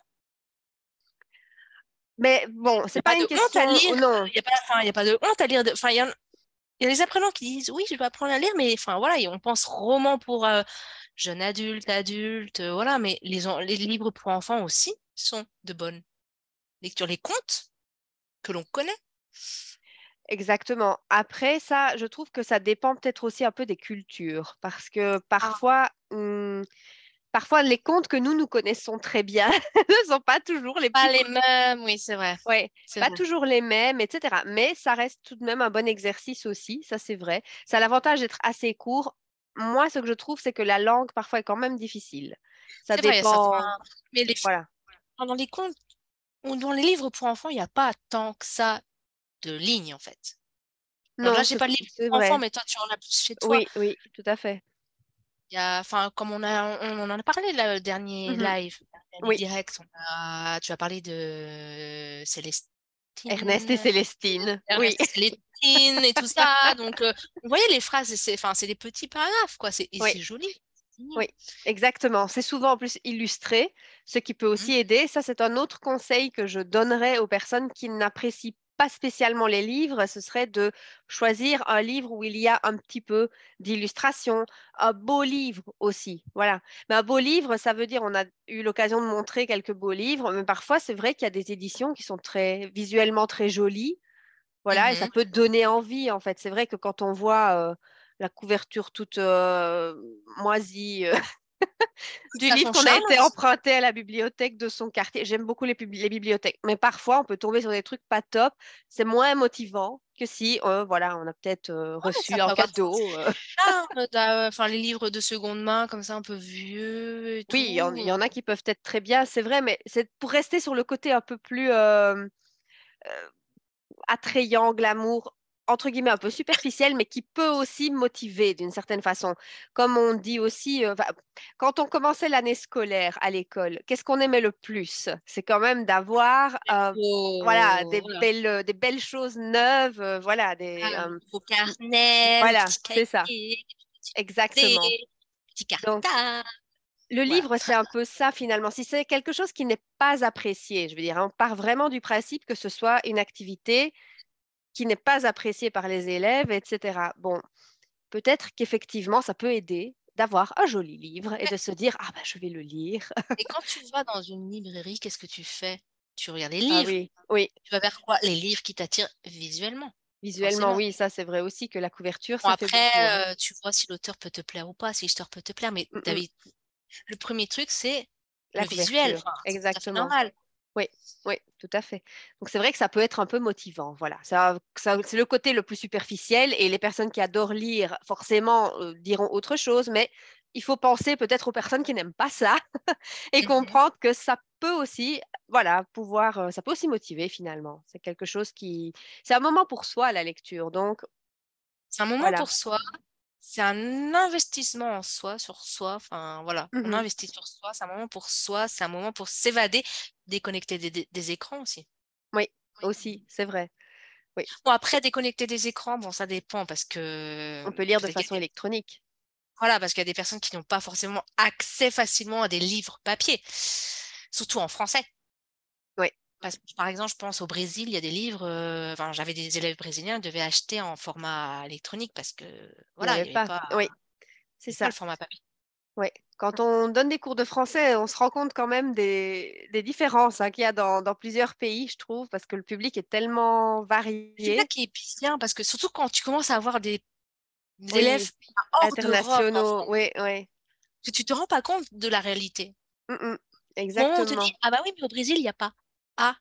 S1: Mais
S2: Il
S1: bon,
S2: n'y
S1: c'est
S2: a pas
S1: pas
S2: de
S1: une
S2: honte à
S1: question,
S2: lire.
S1: non.
S2: Il n'y a pas, enfin, il y a pas de honte à lire. de- Enfin, il y, en- il y a les apprenants qui disent oui, je vais apprendre à lire, mais enfin voilà, et on pense roman pour euh, jeunes adultes, adultes, euh, voilà, mais les, en- les livres pour enfants aussi sont de bonnes lectures. Les contes que l'on connaît.
S1: Exactement. Après, ça, je trouve que ça dépend peut-être aussi un peu des cultures, parce que
S2: Ah,
S1: parfois, hum, parfois les contes que nous, nous connaissons très bien ne sont pas toujours les
S2: pas
S1: plus
S2: les
S1: connus.
S2: mêmes, oui, c'est vrai.
S1: Ouais,
S2: C'est
S1: pas
S2: vrai.
S1: toujours les mêmes, et cetera. Mais ça reste tout de même un bon exercice aussi, ça c'est vrai. Ça a l'avantage d'être assez court. Moi, ce que je trouve, c'est que la langue, parfois, est quand même difficile. Ça
S2: C'est vrai, il y a certains.
S1: dépend.
S2: Mais les...
S1: Voilà.
S2: dans les contes ou dans les livres pour enfants, il n'y a pas tant que ça de lignes, en fait. Bon, là,
S1: Non,
S2: j'ai
S1: c'est
S2: pas de livre
S1: c'est
S2: pour enfants,
S1: vrai.
S2: mais toi, tu en as plus chez toi.
S1: Oui, oui, tout à fait.
S2: Il y a, enfin, comme on a, on, on en a parlé là, le dernier
S1: Mmh.
S2: live, le dernier
S1: Oui,
S2: direct, on a, tu as parlé de
S1: Ernest et
S2: Célestine,
S1: Célestine. Oui,
S2: Ernest et Célestine et tout ça. Donc, euh, vous voyez, les phrases, c'est, enfin, c'est des petits paragraphes, quoi. C'est, et
S1: oui,
S2: c'est joli, c'est mignon.
S1: oui, exactement. C'est souvent en plus illustré, ce qui peut aussi
S2: Mhm.
S1: aider. Ça, c'est un autre conseil que je donnerais aux personnes qui n'apprécient pas spécialement les livres. Ce serait de choisir un livre où il y a un petit peu d'illustration, un beau livre aussi. Voilà. Mais un beau livre, ça veut dire, on a eu l'occasion de montrer quelques beaux livres, mais parfois, c'est vrai qu'il y a des éditions qui sont très visuellement très jolies. Voilà, et ça
S2: Mhm.
S1: peut donner envie, en fait. C'est vrai que quand on voit euh, la couverture toute euh, moisie euh, du
S2: Ça a
S1: livre
S2: son
S1: qu'on a
S2: charme
S1: été
S2: aussi.
S1: emprunté à la bibliothèque de son quartier, j'aime beaucoup les, pub- les bibliothèques, mais parfois on peut tomber sur des trucs pas top. C'est moins motivant que si, euh, voilà, on a peut-être euh,
S2: Ouais, mais ça
S1: reçu
S2: peut
S1: un
S2: avoir son
S1: cadeau. euh.
S2: charme, d'a- enfin, les livres de seconde main, comme ça, un peu vieux et
S1: Oui, il y, en il y
S2: tout.
S1: en a qui peuvent être très bien, c'est vrai, mais c'est pour rester sur le côté un peu plus euh, attrayant, glamour, entre guillemets un peu superficiel, mais qui peut aussi motiver d'une certaine façon. Comme on dit aussi, euh, enfin, quand on commençait l'année scolaire à l'école, qu'est-ce qu'on aimait le plus? C'est quand même d'avoir euh, voilà, des
S2: Oh, voilà.
S1: belles, euh, des belles choses neuves, euh, voilà, des,
S2: Ah, le
S1: euh,
S2: nouveau carnet, le
S1: voilà,
S2: petit
S1: c'est ça,
S2: cahier, le petit dé,
S1: exactement.
S2: le petit
S1: Donc,
S2: cartable.
S1: le
S2: Voilà.
S1: livre, c'est un peu ça finalement. Si c'est quelque chose qui n'est pas apprécié, je veux dire, on part vraiment du principe que ce soit une activité qui n'est pas apprécié par les élèves, et cetera. Bon, peut-être qu'effectivement, ça peut aider d'avoir un joli livre et de se dire, ah ben, je vais le lire.
S2: Et quand tu vas dans une librairie, qu'est-ce que tu fais? Tu regardes les
S1: Ah
S2: livres.
S1: oui, oui,
S2: Tu vas vers quoi? Les livres qui t'attirent visuellement,
S1: visuellement,
S2: forcément.
S1: oui, ça c'est vrai aussi que la couverture,
S2: Bon,
S1: ça fait beaucoup, hein.
S2: après, euh, tu vois si l'auteur peut te plaire ou pas, si l'histoire peut te plaire, mais
S1: Mm, mm.
S2: David, le premier truc, c'est
S1: La
S2: le visuel.
S1: couverture,
S2: Enfin, c'est tout à fait
S1: exactement.
S2: normal.
S1: Oui, oui, tout à fait. Donc c'est vrai que ça peut être un peu motivant. Voilà, ça, ça- c'est le côté le plus superficiel et les personnes qui adorent lire, forcément, euh, diront autre chose, mais il faut penser peut-être aux personnes qui n'aiment pas ça et
S2: Mhm.
S1: comprendre que ça peut aussi, voilà, pouvoir, euh, ça peut aussi motiver finalement. C'est quelque chose qui, c'est un moment pour soi la lecture. Donc
S2: C'est un moment
S1: voilà.
S2: pour soi. C'est un investissement en soi, sur soi. Enfin, voilà, on
S1: Mhm.
S2: investit sur soi. C'est un moment pour soi. C'est un moment pour s'évader, déconnecter des, des- des écrans aussi.
S1: Oui, aussi, c'est vrai. Oui,
S2: Bon, après, déconnecter des écrans, bon, ça dépend parce que
S1: on peut lire de
S2: peut-être qu'il
S1: façon
S2: y a des,
S1: électronique.
S2: voilà, parce qu'il y a des personnes qui n'ont pas forcément accès facilement à des livres papier, surtout en français.
S1: Oui,
S2: Parce que, par exemple, je pense au Brésil, il y a des livres. euh, Enfin, j'avais des élèves brésiliens, ils devaient acheter en format électronique parce que
S1: il n'y
S2: voilà, il
S1: avait
S2: n'y avait
S1: pas.
S2: pas,
S1: Oui, c'est
S2: il y avait pas
S1: ça.
S2: le format papier.
S1: Oui, quand on donne des cours de français, on se rend compte quand même des, des différences hein, qu'il y a dans, dans plusieurs pays, je trouve, parce que le public est tellement
S2: C'est ça
S1: varié.
S2: qui est bien parce que surtout quand tu commences à avoir des, des
S1: Oui,
S2: élèves hors d'Europe en
S1: internationaux,
S2: France,
S1: oui, oui.
S2: que tu te rends pas compte de la réalité.
S1: Mm, mm,
S2: Au moment où on te dit,
S1: exactement,
S2: ah bah oui, mais au Brésil, il n'y a pas. Ah,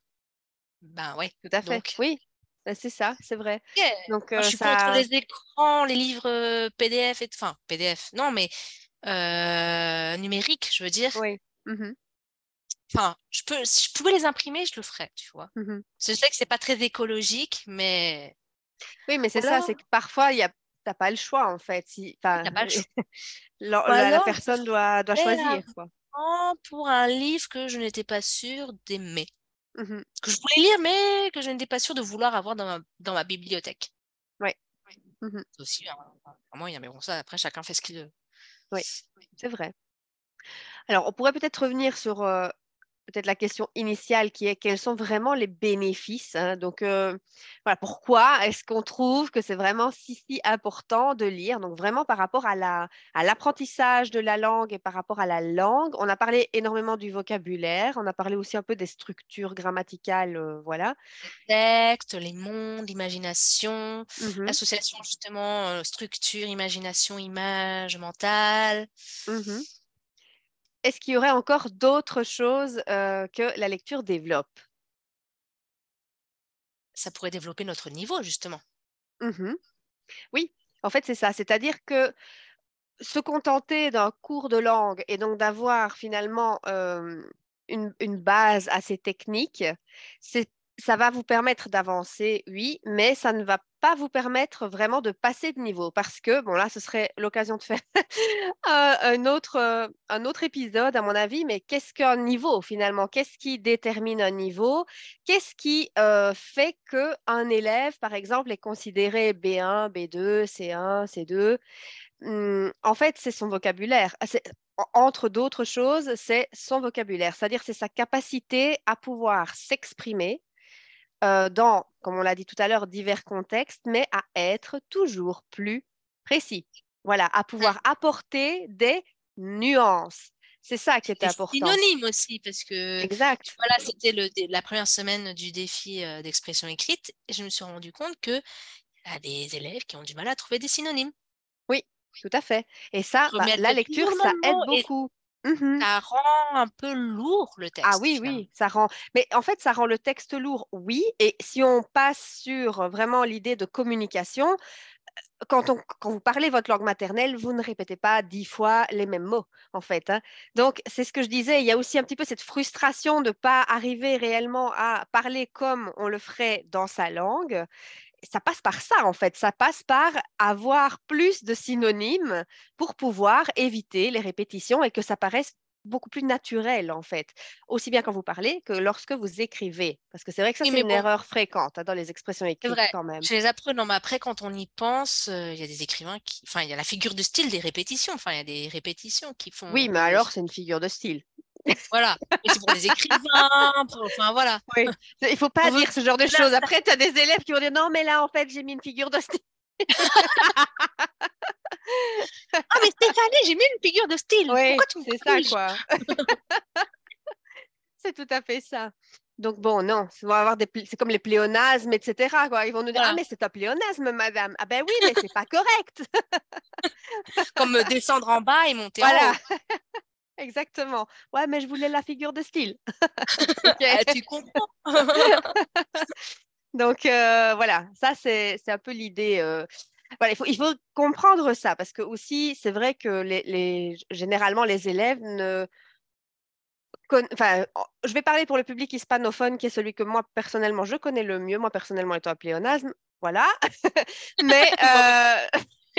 S2: ben ouais.
S1: tout à fait.
S2: Donc,
S1: Oui, ben, c'est ça, c'est vrai.
S2: ok.
S1: Donc,
S2: Moi, je
S1: euh,
S2: suis contre
S1: ça,
S2: les écrans, les livres euh, P D F et enfin P D F, non, mais euh, numériques, je veux dire.
S1: oui. Mhm,
S2: Enfin, je peux, si je pouvais les imprimer, je le ferais, tu vois.
S1: mhm.
S2: Je sais que c'est pas très écologique, mais
S1: Oui, mais
S2: ou
S1: c'est ça,
S2: alors,
S1: c'est que parfois, il y a, t'as pas le choix, en fait. Si,
S2: oui,
S1: enfin,
S2: t'as pas le choix.
S1: la,
S2: Ou
S1: la- la
S2: alors, je
S1: personne doit, doit
S2: fais
S1: choisir, quoi.
S2: avant pour un livre que je n'étais pas sûre d'aimer.
S1: Mhm,
S2: Que je voulais lire, mais que je n'étais pas sûre de vouloir avoir dans ma, dans ma bibliothèque.
S1: ouais, mhm,
S2: C'est aussi un, un moyen, mais bon, ça, après, chacun fait ce qu'il veut.
S1: oui, c'est vrai. Alors, on pourrait peut-être revenir sur euh, peut-être la question initiale qui est quels sont vraiment les bénéfices, hein. Donc, euh, voilà, pourquoi est-ce qu'on trouve que c'est vraiment si, si important de lire? Donc, vraiment par rapport à la, à l'apprentissage de la langue et par rapport à la langue. On a parlé énormément du vocabulaire, on a parlé aussi un peu des structures grammaticales, euh, voilà.
S2: Les textes, les mondes, l'imagination,
S1: Mhm,
S2: l'association justement, euh, structure, imagination, image, mentale.
S1: mhm. Est-ce qu'il y aurait encore d'autres choses euh, que la lecture développe?
S2: Ça pourrait développer notre niveau, justement.
S1: Mhm. Oui, en fait, c'est ça. C'est-à-dire que se contenter d'un cours de langue et donc d'avoir finalement euh, une, une base assez technique, c'est ça va vous permettre d'avancer, oui, mais ça ne va pas vous permettre vraiment de passer de niveau parce que, bon, là, ce serait l'occasion de faire un, un autre, euh, un autre épisode, à mon avis, mais qu'est-ce qu'un niveau finalement? Qu'est-ce qui détermine un niveau? Qu'est-ce qui euh, fait qu'un élève, par exemple, est considéré B un, B deux, C un, C deux? Hum, en fait, c'est son vocabulaire. Ah, c'est- en- Entre d'autres choses, c'est son vocabulaire, c'est-à-dire c'est sa capacité à pouvoir s'exprimer euh, dans, comme on l'a dit tout à l'heure, divers contextes, mais à être toujours plus précis. Voilà, à
S2: Mm.
S1: pouvoir apporter des nuances. C'est ça qui est
S2: Les
S1: important.
S2: synonymes aussi, parce que tu
S1: Exact.
S2: vois, là, c'était le, dé- la première semaine du défi euh, d'expression écrite, et je me suis rendu compte qu'il y a des élèves qui ont du mal à trouver des synonymes.
S1: Oui, tout à fait. Et ça, bah, la
S2: Remettre
S1: lecture,
S2: toujours le
S1: ça
S2: même
S1: aide
S2: mot, et
S1: beaucoup. Mhm.
S2: ça rend un peu lourd le
S1: Ah
S2: texte,
S1: oui,
S2: finalement.
S1: oui, ça rend. Mais en fait, ça rend le texte lourd, oui. Et si on passe sur vraiment l'idée de communication, quand, on, quand vous parlez votre langue maternelle, vous ne répétez pas dix fois les mêmes mots, en fait, hein. Donc, c'est ce que je disais, il y a aussi un petit peu cette frustration de ne pas arriver réellement à parler comme on le ferait dans sa langue. Ça passe par ça, en fait. Ça passe par avoir plus de synonymes pour pouvoir éviter les répétitions et que ça paraisse beaucoup plus naturel, en fait. Aussi bien quand vous parlez que lorsque vous écrivez. Parce que c'est vrai que ça,
S2: Oui,
S1: c'est
S2: mais
S1: une
S2: bon,
S1: erreur fréquente hein, dans les expressions
S2: c'est
S1: écrites
S2: vrai.
S1: quand même.
S2: Je les apprends, non, mais après, quand on y pense, euh, il y a des écrivains qui. Enfin, il y a la figure de style des répétitions. Enfin, il y a des répétitions qui
S1: Oui,
S2: font
S1: mais
S2: que.
S1: alors, c'est une figure de style.
S2: Voilà. Mais c'est pour les écrivains. pour- Enfin, voilà.
S1: Oui, il faut pas
S2: On veut
S1: dire ce genre de
S2: là,
S1: choses.
S2: ça-
S1: Après, tu as des élèves qui vont dire non, mais là, en fait, j'ai mis une figure de style.
S2: Ah, mais Stéphanie, j'ai mis une figure de style.
S1: Oui,
S2: Pourquoi tu me
S1: c'est ça,
S2: corriges?
S1: quoi. C'est tout à fait ça. Donc, bon, non, ça va avoir des pl- c'est comme les pléonasmes, et cetera, quoi. Ils vont nous dire, ah,
S2: Voilà.
S1: mais c'est un pléonasme, madame. Ah, ben oui, mais c'est pas correct.
S2: Comme euh, descendre en bas et monter en
S1: Voilà,
S2: haut.
S1: exactement. Ouais, mais je voulais la figure de style. OK.
S2: Ah, tu comprends?
S1: Donc, euh, voilà, ça, c'est, c'est un peu l'idée. euh, Voilà, il faut, il faut comprendre ça parce que aussi, c'est vrai que les, les- généralement, les élèves ne conna- Enfin, en- je vais parler pour le public hispanophone qui est celui que moi, personnellement, je connais le mieux, moi, personnellement, étant un pléonasme. Voilà. Mais
S2: Bon,
S1: euh,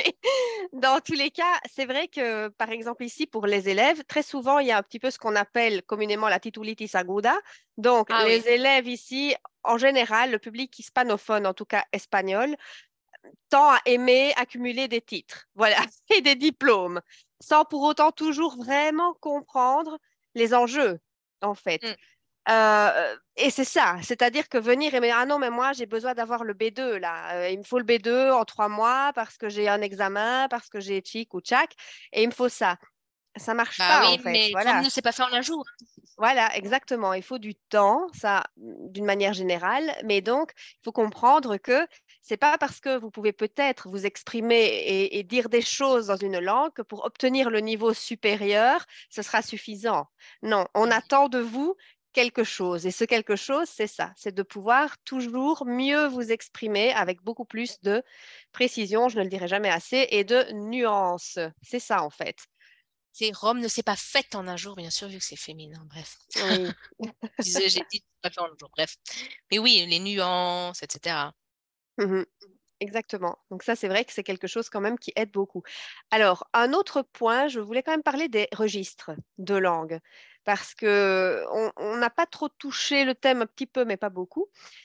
S1: dans tous les cas, c'est vrai que, par exemple, ici, pour les élèves, très souvent, il y a un petit peu ce qu'on appelle communément la titulitis aguda. Donc,
S2: ah oui.
S1: les élèves ici, en général, le public hispanophone, en tout cas espagnol, tend à aimer accumuler des titres, voilà, et des diplômes, sans pour autant toujours vraiment comprendre les enjeux, en fait.
S2: Mm.
S1: Euh, et c'est ça, c'est-à-dire que venir et me dire, ah non, mais moi, j'ai besoin d'avoir le B deux, là. Euh, il me faut le B deux en trois mois parce que j'ai un examen, parce que j'ai tchic ou tchac, et il me faut ça. Ça marche
S2: Bah
S1: pas, en
S2: oui,
S1: fait.
S2: mais comme
S1: Voilà.
S2: ne sait pas faire en un jour.
S1: Voilà, exactement. Il faut du temps, ça, d'une manière générale. Mais donc, il faut comprendre que c'est pas parce que vous pouvez peut-être vous exprimer et, et dire des choses dans une langue que pour obtenir le niveau supérieur, ce sera suffisant. Non, on
S2: Mhm.
S1: attend de vous quelque chose. Et ce quelque chose, c'est ça, c'est de pouvoir toujours mieux vous exprimer avec beaucoup plus de précision, je ne le dirai jamais assez, et de nuances. C'est ça, en fait.
S2: C'est Rome ne s'est pas faite en un jour, bien sûr, vu que c'est féminin. Bref.
S1: Oui.
S2: Je disais, j'ai dit pas fait en un jour. Bref. Mais oui, les nuances, et cetera.
S1: Mhm. Exactement. Donc ça, c'est vrai que c'est quelque chose quand même qui aide beaucoup. Alors, un autre point, je voulais quand même parler des registres de langue, parce que on on n'a pas trop touché le thème un petit peu, mais pas beaucoup.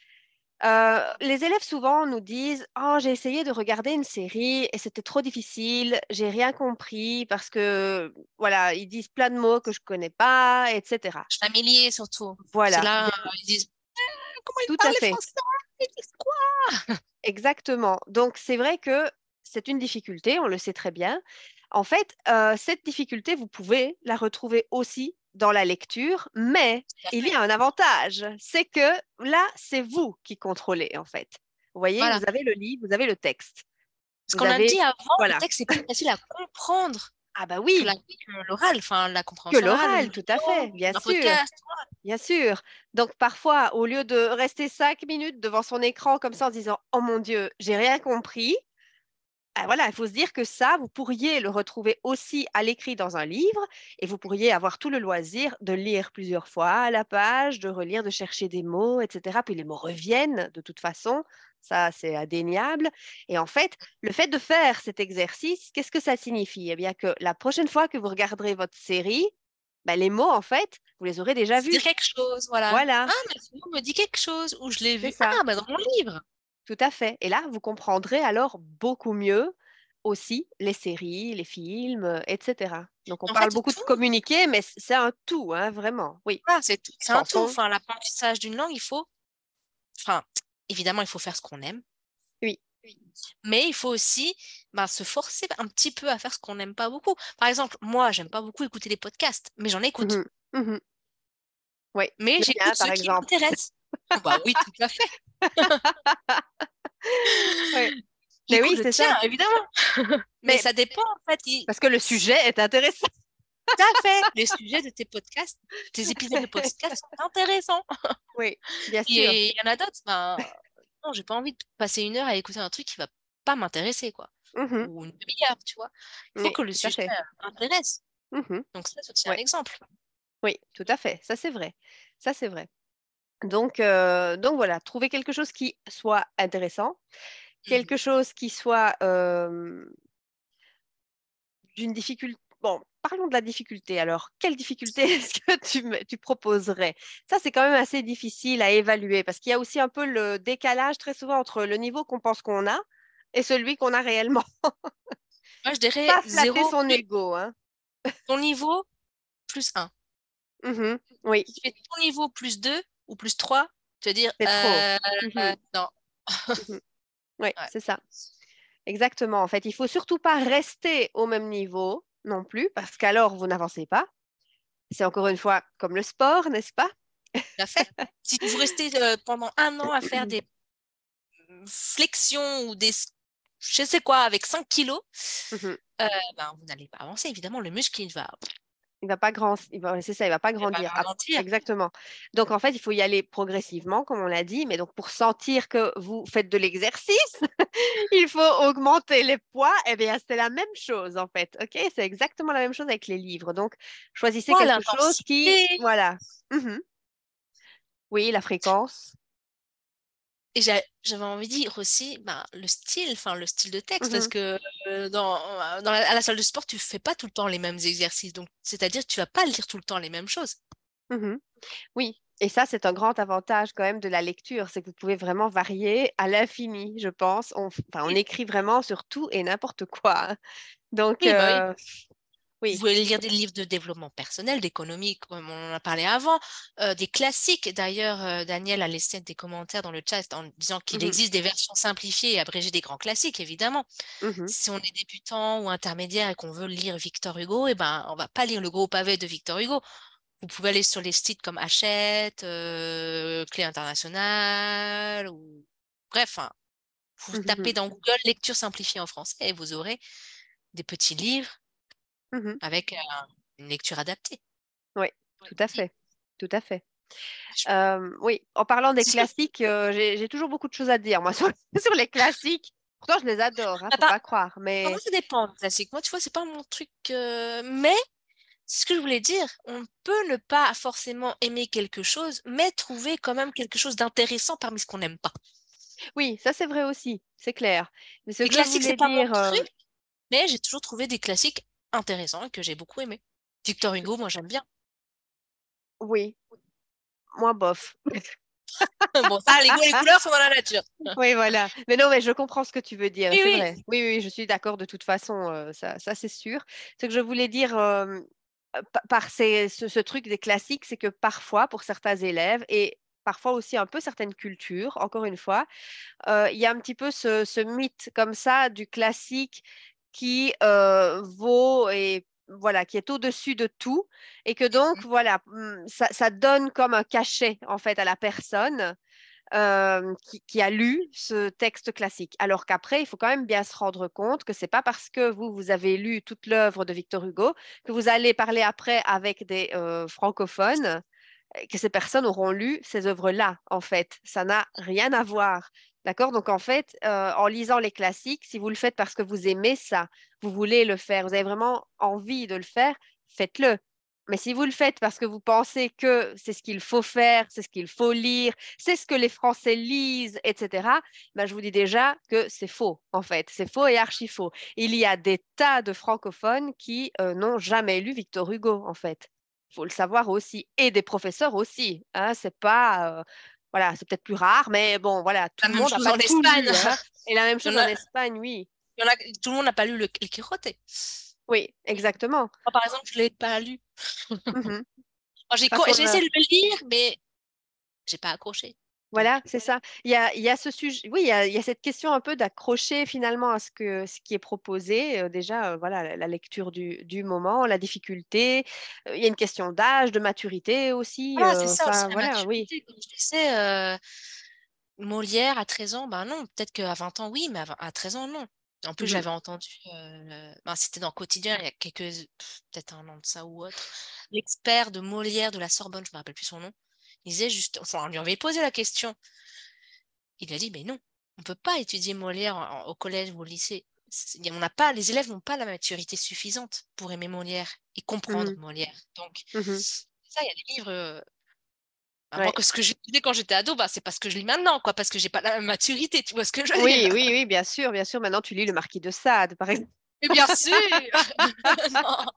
S1: Euh, les élèves souvent nous disent, oh, j'ai essayé de regarder une série et c'était trop difficile, j'ai rien compris parce que voilà, ils disent plein de mots que je connais pas, et cetera.
S2: Familier, surtout. C'est
S1: Voilà,
S2: là,
S1: bien,
S2: euh, ils disent, comment ils
S1: tout
S2: parlent
S1: à
S2: les
S1: fait.
S2: Français? Ils disent quoi?
S1: Exactement. Donc, c'est vrai que c'est une difficulté, on le sait très bien. En fait, euh, cette difficulté, vous pouvez la retrouver aussi dans la lecture, mais il y a un avantage, c'est que là, c'est vous qui contrôlez, en fait. Vous voyez, vous
S2: Voilà.
S1: avez le livre, vous avez le texte.
S2: Ce
S1: Vous
S2: qu'on a
S1: avez,
S2: dit avant, le
S1: voilà.
S2: texte est plus facile à comprendre
S1: Ah bah
S2: que la-
S1: oui,
S2: que l'oral, enfin, la
S1: que
S2: compréhension orale, une
S1: l'oral, tout à
S2: vidéo,
S1: fait, bien
S2: un
S1: sûr,
S2: podcast.
S1: bien sûr. Donc, parfois, au lieu de rester cinq minutes devant son écran comme ça en se disant, oh mon Dieu, j'ai rien compris, ah, voilà, il faut se dire que ça, vous pourriez le retrouver aussi à l'écrit dans un livre et vous pourriez avoir tout le loisir de lire plusieurs fois à la page, de relire, de chercher des mots, et cetera. Puis les mots reviennent de toute façon, ça c'est indéniable. Et en fait, le fait de faire cet exercice, qu'est-ce que ça signifie? Eh bien que la prochaine fois que vous regarderez votre série, ben, les mots, en fait, vous les aurez déjà
S2: C'est dire
S1: vus.
S2: quelque chose, voilà.
S1: Voilà,
S2: Ah, mais ce mot me dit quelque chose, ou je l'ai
S1: c'est
S2: vu.
S1: ça.
S2: Ah, bah dans mon livre.
S1: Tout à fait. Et là, vous comprendrez alors beaucoup mieux aussi les séries, les films, euh, et cetera. Donc, on
S2: En
S1: parle
S2: fait,
S1: beaucoup de
S2: tout,
S1: communiquer, mais c- c'est un tout, hein, vraiment. Oui,
S2: voilà, c'est tout-
S1: les
S2: c'est un tout.
S1: chansons,
S2: Enfin, l'apprentissage d'une langue, il faut, enfin, évidemment, il faut faire ce qu'on aime,
S1: oui.
S2: mais il faut aussi ben, se forcer un petit peu à faire ce qu'on n'aime pas beaucoup. Par exemple, moi, j'aime pas beaucoup écouter les podcasts, mais j'en écoute.
S1: Mhm, mhm. Oui,
S2: Mais
S1: le mien,
S2: j'écoute
S1: par
S2: ceux qui
S1: exemple.
S2: m'intéressent. Bah oui, tout à fait.
S1: Oui. Mais
S2: J'écoute
S1: oui,
S2: le
S1: c'est
S2: tien,
S1: ça.
S2: évidemment. Mais
S1: Mais
S2: ça dépend, en fait. Il-
S1: parce que le sujet est intéressant.
S2: Tout à fait. Les sujets de tes podcasts, tes épisodes de podcast sont intéressants.
S1: Oui, bien sûr.
S2: Et il y en a d'autres, ben, non, j'ai pas envie de passer une heure à écouter un truc qui va pas m'intéresser, quoi.
S1: Mhm.
S2: Ou une demi-heure, tu vois. Il faut
S1: Oui,
S2: que le
S1: tout à
S2: sujet
S1: fait.
S2: euh, intéresse.
S1: Mhm.
S2: Donc ça, c'est aussi un
S1: Oui,
S2: exemple.
S1: oui, tout à fait. Ça, c'est vrai. Ça, c'est vrai. Donc, euh, donc voilà, trouver quelque chose qui soit intéressant,
S2: Mhm.
S1: quelque chose qui soit euh, d'une difficulté. Bon, parlons de la difficulté. Alors, quelle difficulté est-ce que tu, me- tu proposerais? Ça, c'est quand même assez difficile à évaluer parce qu'il y a aussi un peu le décalage très souvent entre le niveau qu'on pense qu'on a et celui qu'on a réellement.
S2: Moi, je dirais
S1: Pas flatter
S2: zéro
S1: son
S2: plus
S1: ego, hein.
S2: ton niveau plus un.
S1: Mhm. Oui,
S2: Si tu fais ton niveau plus deux ou plus trois, tu vas dire
S1: c'est trop.
S2: euh,
S1: Mhm.
S2: euh, non.
S1: Mhm. Oui,
S2: Ouais.
S1: c'est ça. Exactement. En fait, il faut surtout pas rester au même niveau non plus parce qu'alors vous n'avancez pas. C'est encore une fois comme le sport, n'est-ce pas?
S2: Tout à fait. Si vous restez euh, pendant un an à faire des flexions ou des je sais quoi avec cinq kilos,
S1: Mhm.
S2: euh, ben, vous n'allez pas avancer. Évidemment, le muscle, il va,
S1: Il va pas grand, il va, c'est ça, il va pas
S2: il va pas
S1: grandir. Ah,
S2: ralentir.
S1: exactement. Donc en fait, il faut y aller progressivement, comme on l'a dit. Mais donc pour sentir que vous faites de l'exercice, il faut augmenter les poids. Eh bien, c'est la même chose en fait. Ok, c'est exactement la même chose avec les livres. Donc choisissez
S2: Moi,
S1: quelque chose qui,
S2: l'intensité.
S1: voilà. Mhm. Oui, la fréquence.
S2: Et j'a- j'avais envie de dire aussi ben, le style, enfin le style de texte, parce
S1: Mhm.
S2: que euh, dans, euh, dans la, à la salle de sport, tu fais pas tout le temps les mêmes exercices. Donc, c'est-à-dire que tu vas pas lire tout le temps les mêmes choses.
S1: Mhm. Oui, et ça, c'est un grand avantage quand même de la lecture, c'est que vous pouvez vraiment varier à l'infini, je pense. On, enfin, on
S2: Oui,
S1: écrit vraiment sur tout et n'importe quoi, hein. Donc,
S2: oui, bah oui.
S1: euh,
S2: Vous
S1: oui.
S2: pouvez lire des livres de développement personnel, d'économie, comme on en a parlé avant, euh, des classiques. D'ailleurs, euh, Daniel a laissé des commentaires dans le chat en disant qu'il
S1: Mhm,
S2: existe des versions simplifiées et abrégées des grands classiques, évidemment.
S1: mhm,
S2: Si on est débutant ou intermédiaire et qu'on veut lire Victor Hugo, eh ben, on va pas lire le gros pavé de Victor Hugo. Vous pouvez aller sur les sites comme Hachette, euh, Clé Internationale, ou bref, hein, vous tapez
S1: mhm,
S2: dans Google lecture simplifiée en français et vous aurez des petits livres
S1: mhm.
S2: avec euh, une lecture adaptée.
S1: Oui, tout à fait, tout à fait. Euh, oui, en parlant des
S2: C'est sûr.
S1: classiques, euh, j'ai, j'ai toujours beaucoup de choses à dire, moi, sur, sur les classiques. Pourtant, je les adore, hein, faut
S2: Attends,
S1: pas croire,
S2: pour moi,
S1: mais
S2: ça dépend du classique. Moi, tu vois, c'est pas mon truc. euh, Mais, c'est ce que je voulais dire, on peut ne pas forcément aimer quelque chose, mais trouver quand même quelque chose d'intéressant parmi ce qu'on n'aime pas.
S1: oui, ça c'est vrai aussi, c'est clair. Mais ce
S2: Les
S1: que je
S2: classiques, c'est
S1: voulais
S2: pas mon
S1: dire, euh,
S2: truc, mais j'ai toujours trouvé des classiques intéressants et que j'ai beaucoup aimé. Victor
S1: tout-
S2: Hugo, moi, j'aime bien.
S1: oui, moi bof.
S2: Bon, ça, les goûts et les couleurs sont dans la nature.
S1: Oui, voilà. Mais non, mais je comprends ce que tu veux dire,
S2: Oui,
S1: c'est
S2: oui.
S1: vrai. Oui, oui, je suis d'accord de toute façon, euh, ça, ça c'est sûr. Ce que je voulais dire euh, pa- par ces- ce, ce truc des classiques, c'est que parfois, pour certains élèves, et parfois aussi un peu certaines cultures, encore une fois, euh, il y a un petit peu ce, ce mythe comme ça du classique qui euh, vaut et voilà, qui est au-dessus de tout, et que donc,
S2: Mhm.
S1: voilà, hum, ça, ça donne comme un cachet, en fait, à la personne euh, qui, qui a lu ce texte classique. Alors qu'après, il faut quand même bien se rendre compte que c'est pas parce que vous, vous avez lu toute l'œuvre de Victor Hugo que vous allez parler après avec des euh, francophones, euh, que ces personnes auront lu ces œuvres-là, en fait. Ça n'a rien à voir. D'accord? Donc en fait, heu, en lisant les classiques, si vous le faites parce que vous aimez ça, vous voulez le faire, vous avez vraiment envie de le faire, faites-le. Mais si vous le faites parce que vous pensez que c'est ce qu'il faut faire, c'est ce qu'il faut lire, c'est ce que les Français lisent, et cetera, bah, je vous dis déjà que c'est faux, en fait. C'est faux et archi faux. Il y a des tas de francophones qui, heu, n'ont jamais lu Victor Hugo, en fait. Il faut le savoir aussi et des professeurs aussi, hein. C'est pas, heu voilà, c'est peut-être plus rare, mais bon, voilà, tout
S2: La
S1: le
S2: même
S1: monde n'a
S2: chose
S1: pas
S2: en
S1: tout
S2: Espagne.
S1: lu, hein. Et la même
S2: Il y
S1: chose
S2: en
S1: en
S2: a,
S1: Espagne, oui.
S2: il y en a, tout le monde n'a pas lu le, le Quijote.
S1: Oui, exactement.
S2: Moi, par exemple, je ne l'ai pas lu.
S1: Mhm.
S2: Moi, j'ai,
S1: Parce
S2: co-
S1: qu'on
S2: j'ai
S1: a-
S2: essayé de le lire, mais j'ai pas accroché.
S1: Voilà,
S2: Donc,
S1: c'est ça. Il y a, il y a ce sujet, oui, il y a, il y a cette question un peu d'accrocher finalement à ce que, ce qui est proposé. Euh, déjà, euh, voilà, la, la lecture du, du moment, la difficulté. Euh, il y a une question d'âge, de maturité aussi.
S2: voilà, c'est
S1: euh,
S2: ça aussi,
S1: Enfin,
S2: la
S1: voilà, oui.
S2: maturité. Comme je disais, euh, Molière à treize ans, ben non. Peut-être qu'à vingt ans, oui, mais à, vingt à treize ans, non. En plus,
S1: Mhm,
S2: j'avais entendu, euh, ben, c'était dans Quotidien il y a quelques, pff, peut-être un an de ça ou autre, l'expert de Molière de la Sorbonne, je me rappelle plus son nom, il disait juste, enfin, on lui avait posé la question. Il a dit, mais non, on ne peut pas étudier Molière en- au collège ou au lycée. C'est- On n'a pas, les élèves n'ont pas la maturité suffisante pour aimer Molière et comprendre
S1: mhm,
S2: Molière. Donc,
S1: mhm.
S2: ça, il y a des livres. euh, bah, moi,
S1: Ouais.
S2: que ce que j'ai lu quand j'étais ado, bah, c'est pas ce que je lis maintenant, quoi, parce que j'ai pas la même maturité, tu vois ce que je veux
S1: Oui,
S2: dire?
S1: oui, oui, bien sûr, bien sûr. Maintenant, tu lis le Marquis de Sade, par exemple.
S2: Mais bien sûr! Non,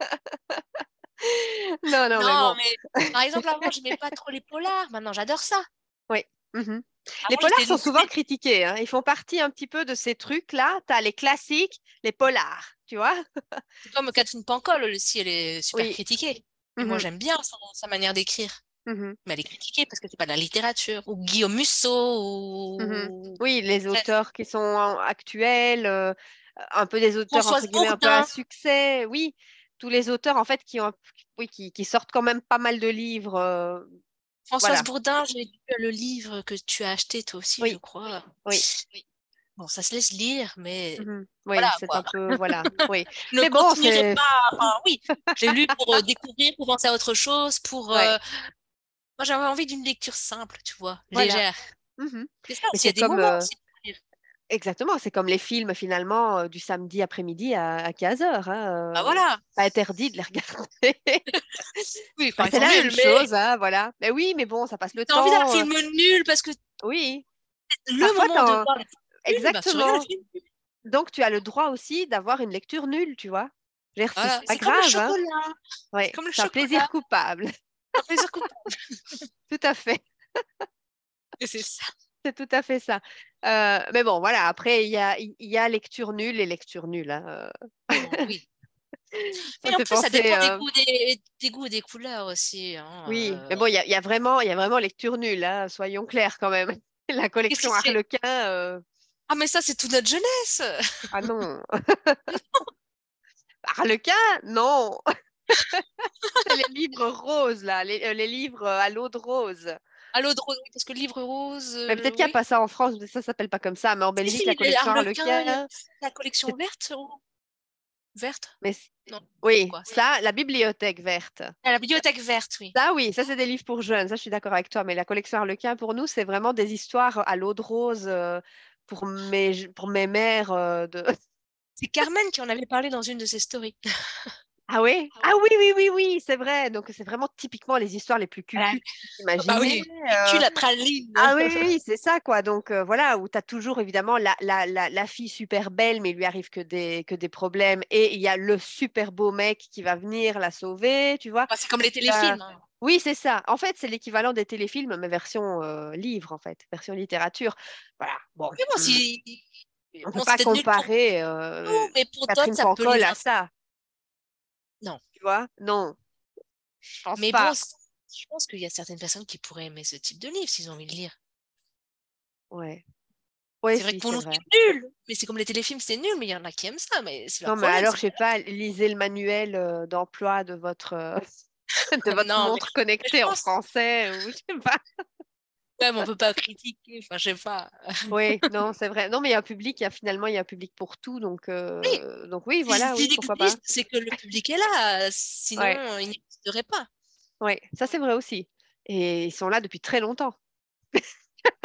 S1: Non, non, mais
S2: non,
S1: bon.
S2: mais par exemple, avant, je n'aimais pas trop les polars. Maintenant, j'adore ça.
S1: Oui. Mhm. Les
S2: Avant,
S1: polars
S2: j'étais
S1: sont souvent
S2: limité.
S1: critiqués, hein. Ils font partie un petit peu de ces trucs-là. Tu as les classiques, les polars, tu vois?
S2: C'est comme
S1: C'est-
S2: Catherine Pancol aussi, elle est super
S1: Oui.
S2: critiquée. Et moi,
S1: Mhm,
S2: j'aime bien son- sa manière d'écrire.
S1: mhm,
S2: Mais elle est critiquée parce que c'est pas de la littérature. Ou Guillaume Musso,
S1: mhm.
S2: ou
S1: Oui, les
S2: bref,
S1: auteurs qui sont en- actuels, euh, un peu des auteurs entre
S2: Françoise
S1: guillemets un peu à
S2: Bourdin.
S1: succès. Oui, tous les auteurs en fait qui ont, oui, qui, qui sortent quand même pas mal de livres. euh,
S2: Françoise
S1: Voilà.
S2: Bourdin, j'ai lu le livre que tu as acheté toi aussi, je
S1: Oui,
S2: crois.
S1: oui.
S2: Oui. Bon, ça se laisse lire, mais
S1: Mhm. Oui,
S2: voilà
S1: c'est
S2: quoi.
S1: un peu, voilà. Oui.
S2: Ne
S1: Mais bon,
S2: continuerai
S1: c'est,
S2: pas. Enfin, oui, j'ai lu pour euh, découvrir, pour penser à autre chose, pour.
S1: ouais,
S2: euh, Moi, j'avais envie d'une lecture simple, tu vois,
S1: voilà.
S2: légère.
S1: Mhm.
S2: C'est ça
S1: Mais
S2: aussi, il y
S1: c'est
S2: a des
S1: comme,
S2: moments
S1: euh,
S2: aussi pour lire.
S1: exactement, c'est comme les films finalement euh, du samedi après-midi à, à quinze heures. Hein,
S2: Bah
S1: euh,
S2: voilà.
S1: pas interdit de les regarder.
S2: Oui,
S1: Bah,
S2: enfin, ils
S1: c'est
S2: sont
S1: la même
S2: nuls, mais
S1: chose, hein, voilà. Mais oui, mais bon, ça passe le
S2: t'as envie d'un
S1: temps. euh,
S2: film nul parce que
S1: oui,
S2: le
S1: parfois,
S2: moment de
S1: t'en-
S2: voir le film nul, bah tu regardes le
S1: exactement.
S2: film.
S1: Donc, tu as le droit aussi d'avoir une lecture nulle, tu vois. Je veux dire, C'est
S2: Voilà,
S1: c'est pas
S2: c'est comme le
S1: grave, hein.
S2: chocolat. C'est
S1: Ouais,
S2: comme le
S1: c'est un
S2: chocolat.
S1: plaisir coupable.
S2: Un plaisir coupable.
S1: Tout à fait.
S2: Et c'est ça.
S1: C'est tout à fait ça. Euh, mais bon, voilà, après, il y a, il y a lecture nulle et lecture nulle, hein. euh.
S2: Bon, oui.
S1: Ça me
S2: Mais en
S1: fait
S2: plus, ça
S1: penser.
S2: dépend des
S1: euh,
S2: goûts des, des goûts et des couleurs aussi, hein,
S1: Oui, mais
S2: euh.
S1: bon, il y a, il y a vraiment, il y a vraiment lecture nulle, hein, soyons clairs quand même. La
S2: Qu'est-ce qui
S1: collection
S2: serait?
S1: Harlequin, euh,
S2: Ah, mais ça, c'est toute notre jeunesse.
S1: ah non. Harlequin, non. C'est les livres roses, là, les, euh, les livres euh, à l'eau de rose.
S2: À l'eau de rose, oui, parce que le livre rose,
S1: Mais
S2: euh,
S1: peut-être qu'il n'y a
S2: oui.
S1: pas ça en France, mais ça s'appelle pas comme ça. Mais en
S2: Si,
S1: Belgique, la
S2: si, les
S1: collection
S2: Harlequins, il y a
S1: Harlequin,
S2: la collection
S1: c'est...
S2: verte. Ou- Verte?
S1: Mais c-
S2: Non, c'est
S1: oui,
S2: quoi?
S1: ça, la bibliothèque verte.
S2: Ah, la bibliothèque verte, oui.
S1: Ça, oui, ça, c'est des livres pour jeunes. Ça, je suis d'accord avec toi. Mais la collection Harlequin, pour nous, c'est vraiment des histoires à l'eau de rose euh, pour mes, pour mes mères euh, de...
S2: C'est Carmen qui en avait parlé dans une de ses stories.
S1: Ah oui? Ah oui, oui, oui, oui, c'est vrai. Donc, c'est vraiment typiquement les histoires les plus
S2: Voilà.
S1: cucu que tu peux
S2: Bah
S1: imaginer.
S2: oui, et tu
S1: euh,
S2: la praline.
S1: Ah oui, oui, oui, c'est ça, quoi. Donc, euh, voilà, où tu as toujours, évidemment, la, la, la, la fille super belle, mais il lui arrive que des, que des problèmes. Et il y a le super beau mec qui va venir la sauver, tu vois.
S2: Bah, c'est comme les
S1: Euh,
S2: téléfilms, hein.
S1: oui, c'est ça. En fait, c'est l'équivalent des téléfilms, mais version euh, livre, en fait, version littérature. Voilà, bon.
S2: Mais bon,
S1: hum,
S2: si...
S1: On peut
S2: bon, c'est
S1: pas
S2: peut-être nul pour
S1: comparer euh,
S2: nous, mais pour d'autres,
S1: Catherine
S2: ça peut les
S1: Pancol à
S2: intéresser.
S1: ça,
S2: Non.
S1: tu vois. Non, je pense
S2: Mais bon,
S1: pas.
S2: c- je pense qu'il y a certaines personnes qui pourraient aimer ce type de livre s'ils ont envie de lire.
S1: Ouais. Ouais,
S2: C'est vrai
S1: si,
S2: que pour
S1: c'est
S2: nous,
S1: vrai.
S2: c'est nul. Mais c'est comme les téléfilms, c'est nul, mais il y en a qui aiment ça, mais c'est leur
S1: Non, mais
S2: problème.
S1: alors,
S2: C'est
S1: je sais pas, lisez le manuel euh, d'emploi de votre, euh, de votre
S2: Non, mais,
S1: montre
S2: mais je
S1: connectée en
S2: pense,
S1: français ou je sais pas.
S2: même, on peut pas critiquer. Enfin, je sais pas.
S1: Oui, non, c'est vrai. Non, mais il y a un public, il y a finalement, il y a un public pour tout. Donc,
S2: Oui,
S1: euh, donc oui,
S2: si-
S1: voilà, oui,
S2: s'il
S1: pourquoi pas.
S2: existe, c'est que le public est là. Sinon,
S1: Ouais,
S2: il n'existerait pas.
S1: ouais, ça c'est vrai aussi. Et ils sont là depuis très longtemps.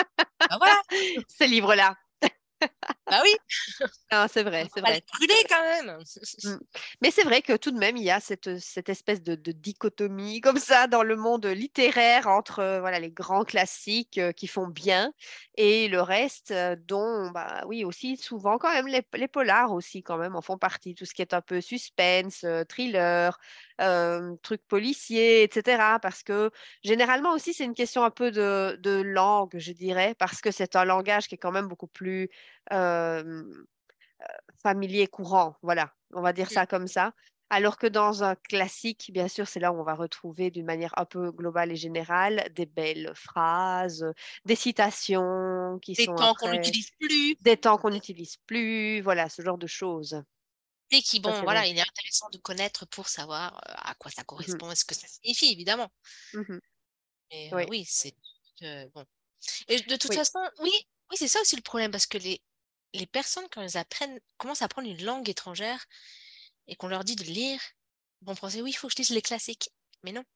S2: Bah voilà,
S1: Ces livres-là.
S2: bah oui,
S1: Non, c'est
S2: on
S1: vrai,
S2: va
S1: c'est
S2: pas les
S1: vrai.
S2: brûler quand même.
S1: Mm. Mais c'est vrai que tout de même, il y a cette, cette espèce de, de dichotomie comme ça dans le monde littéraire entre euh, voilà, les grands classiques euh, qui font bien et le reste euh, dont, bah, oui, aussi souvent quand même, les, les polars aussi quand même en font partie. Tout ce qui est un peu suspense, euh, thriller, euh, trucs policiers, et cetera. Parce que généralement aussi, c'est une question un peu de, de langue, je dirais, parce que c'est un langage qui est quand même beaucoup plus... euh, familier courant, voilà, on va dire
S2: Mm.
S1: ça comme ça. Alors que dans un classique, bien sûr, c'est là où on va retrouver d'une manière un peu globale et générale des belles phrases, des citations qui
S2: Des
S1: sont
S2: temps qu'on
S1: après
S2: n'utilise plus,
S1: des temps qu'on n'utilise plus, voilà, ce genre de choses.
S2: et qui,
S1: Ça,
S2: bon,
S1: c'est vrai.
S2: voilà, il est intéressant de connaître pour savoir euh, à quoi ça
S1: Mhm,
S2: correspond et ce que ça signifie, évidemment.
S1: mhm.
S2: Mais euh,
S1: Oui,
S2: oui, c'est euh, bon. Et de toute
S1: oui.
S2: façon, oui, oui, c'est ça aussi le problème, parce que les, les personnes, quand elles apprennent, commencent à apprendre une langue étrangère et qu'on leur dit de lire, vont penser, oui, il faut que je lise les classiques. Mais non.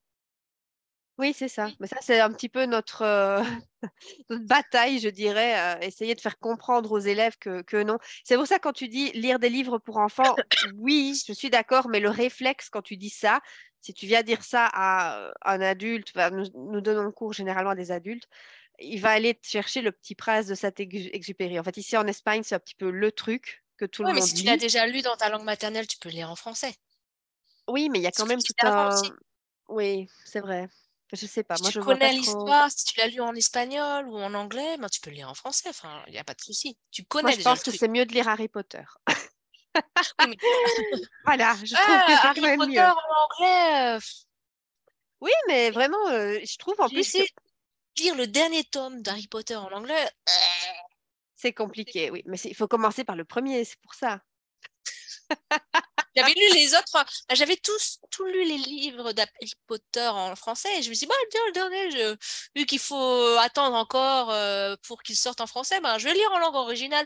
S1: Oui, c'est ça. Mais ça, c'est un petit peu notre, euh, notre bataille, je dirais, euh, essayer de faire comprendre aux élèves que, que non. C'est pour ça, quand tu dis lire des livres pour enfants, oui, je suis d'accord, mais le réflexe, quand tu dis ça, si tu viens dire ça à euh, un adulte, bah, nous, nous donnons cours généralement à des adultes, il va aller chercher le petit prince de Saint-Exupéry. En fait, ici en Espagne, c'est un petit peu le truc que tout le
S2: Oui, mais
S1: monde
S2: si tu l'as
S1: lit.
S2: déjà lu dans ta langue maternelle, tu peux le lire en français.
S1: Oui, mais il y a
S2: C'est
S1: quand
S2: ce que
S1: même
S2: je
S1: tout
S2: disais avant aussi.
S1: un... Oui, c'est vrai. Je sais pas,
S2: Si
S1: moi
S2: tu
S1: je vois pas
S2: connais
S1: trop.
S2: l'histoire, si tu l'as lu en espagnol ou en anglais, ben, tu peux le lire en français. Enfin, il n'y a pas de souci. Tu
S1: Moi,
S2: connais
S1: je
S2: déjà le
S1: pense que
S2: truc.
S1: c'est mieux de lire Harry Potter.
S2: Oui, mais
S1: Voilà, je trouve que
S2: ah,
S1: c'est quand
S2: Harry
S1: même
S2: Potter
S1: mieux.
S2: en anglais, euh,
S1: Oui, mais vraiment, euh, je trouve en
S2: j'ai
S1: plus que
S2: essayé de lire le dernier tome d'Harry Potter en anglais. euh,
S1: c'est compliqué, oui. Mais c'est- il faut commencer par le premier, c'est pour ça.
S2: J'avais lu les autres, ben, j'avais tous tout lu les livres d'Harry Potter en français et je me suis dit, bah, tiens, le dernier, je- vu qu'il faut attendre encore euh, pour qu'il sorte en français, ben, je vais lire en langue originale.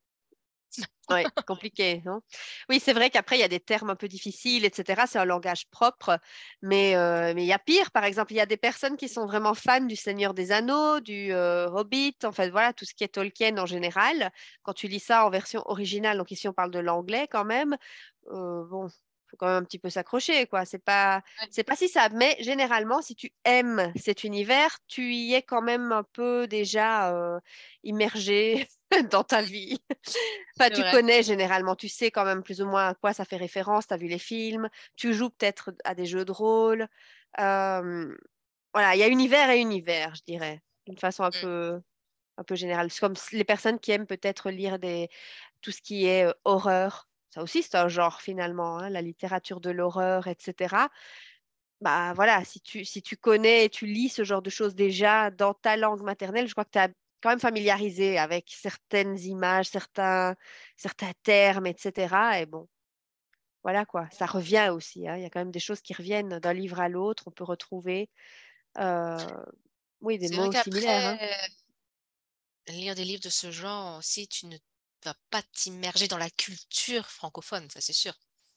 S1: Oui, compliqué, non? Oui, c'est vrai qu'après, il y a des termes un peu difficiles, et cetera. C'est un langage propre, mais euh, mais il y a pire. Par exemple, il y a des personnes qui sont vraiment fans du Seigneur des Anneaux, du euh, Hobbit, en fait, voilà, tout ce qui est Tolkien en général. Quand tu lis ça en version originale, donc ici on parle de l'anglais quand même, euh, bon, faut quand même un petit peu s'accrocher, quoi. C'est pas,
S2: Ouais,
S1: c'est pas si ça, mais généralement, si tu aimes cet univers, tu y es quand même un peu déjà euh, immergé dans ta vie. Enfin,
S2: c'est
S1: tu
S2: vrai.
S1: connais généralement, tu sais quand même plus ou moins à quoi ça fait référence, tu as vu les films, tu joues peut-être à des jeux de rôle. Euh, voilà, il y a univers et univers, je dirais, d'une façon un
S2: Mm.
S1: peu, un peu générale. C'est comme les personnes qui aiment peut-être lire des, tout ce qui est euh, horreur. Ça aussi, c'est un genre finalement, hein, la littérature de l'horreur, et cetera. Bah voilà, si tu, si tu connais et tu lis ce genre de choses déjà dans ta langue maternelle, je crois que tu as quand même familiarisé avec certaines images, certains, certains termes, et cetera. Et bon, voilà quoi, ça revient aussi, hein. Il y a quand même des choses qui reviennent d'un livre à l'autre. On peut retrouver, euh, oui, des
S2: C'est vrai
S1: mots similaires,
S2: qu'après,
S1: hein.
S2: euh, lire des livres de ce genre aussi, tu ne vas pas t'immerger dans la culture francophone, ça c'est sûr.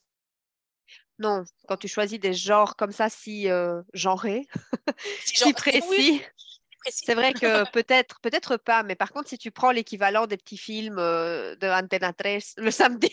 S1: Non, quand tu choisis des genres comme ça, si euh, genrés,
S2: Si genre,
S1: si
S2: oui,
S1: précis,
S2: c'est précis.
S1: c'est vrai que peut-être, peut-être pas, mais par contre, si tu prends l'équivalent des petits films euh, de Antena trois le samedi,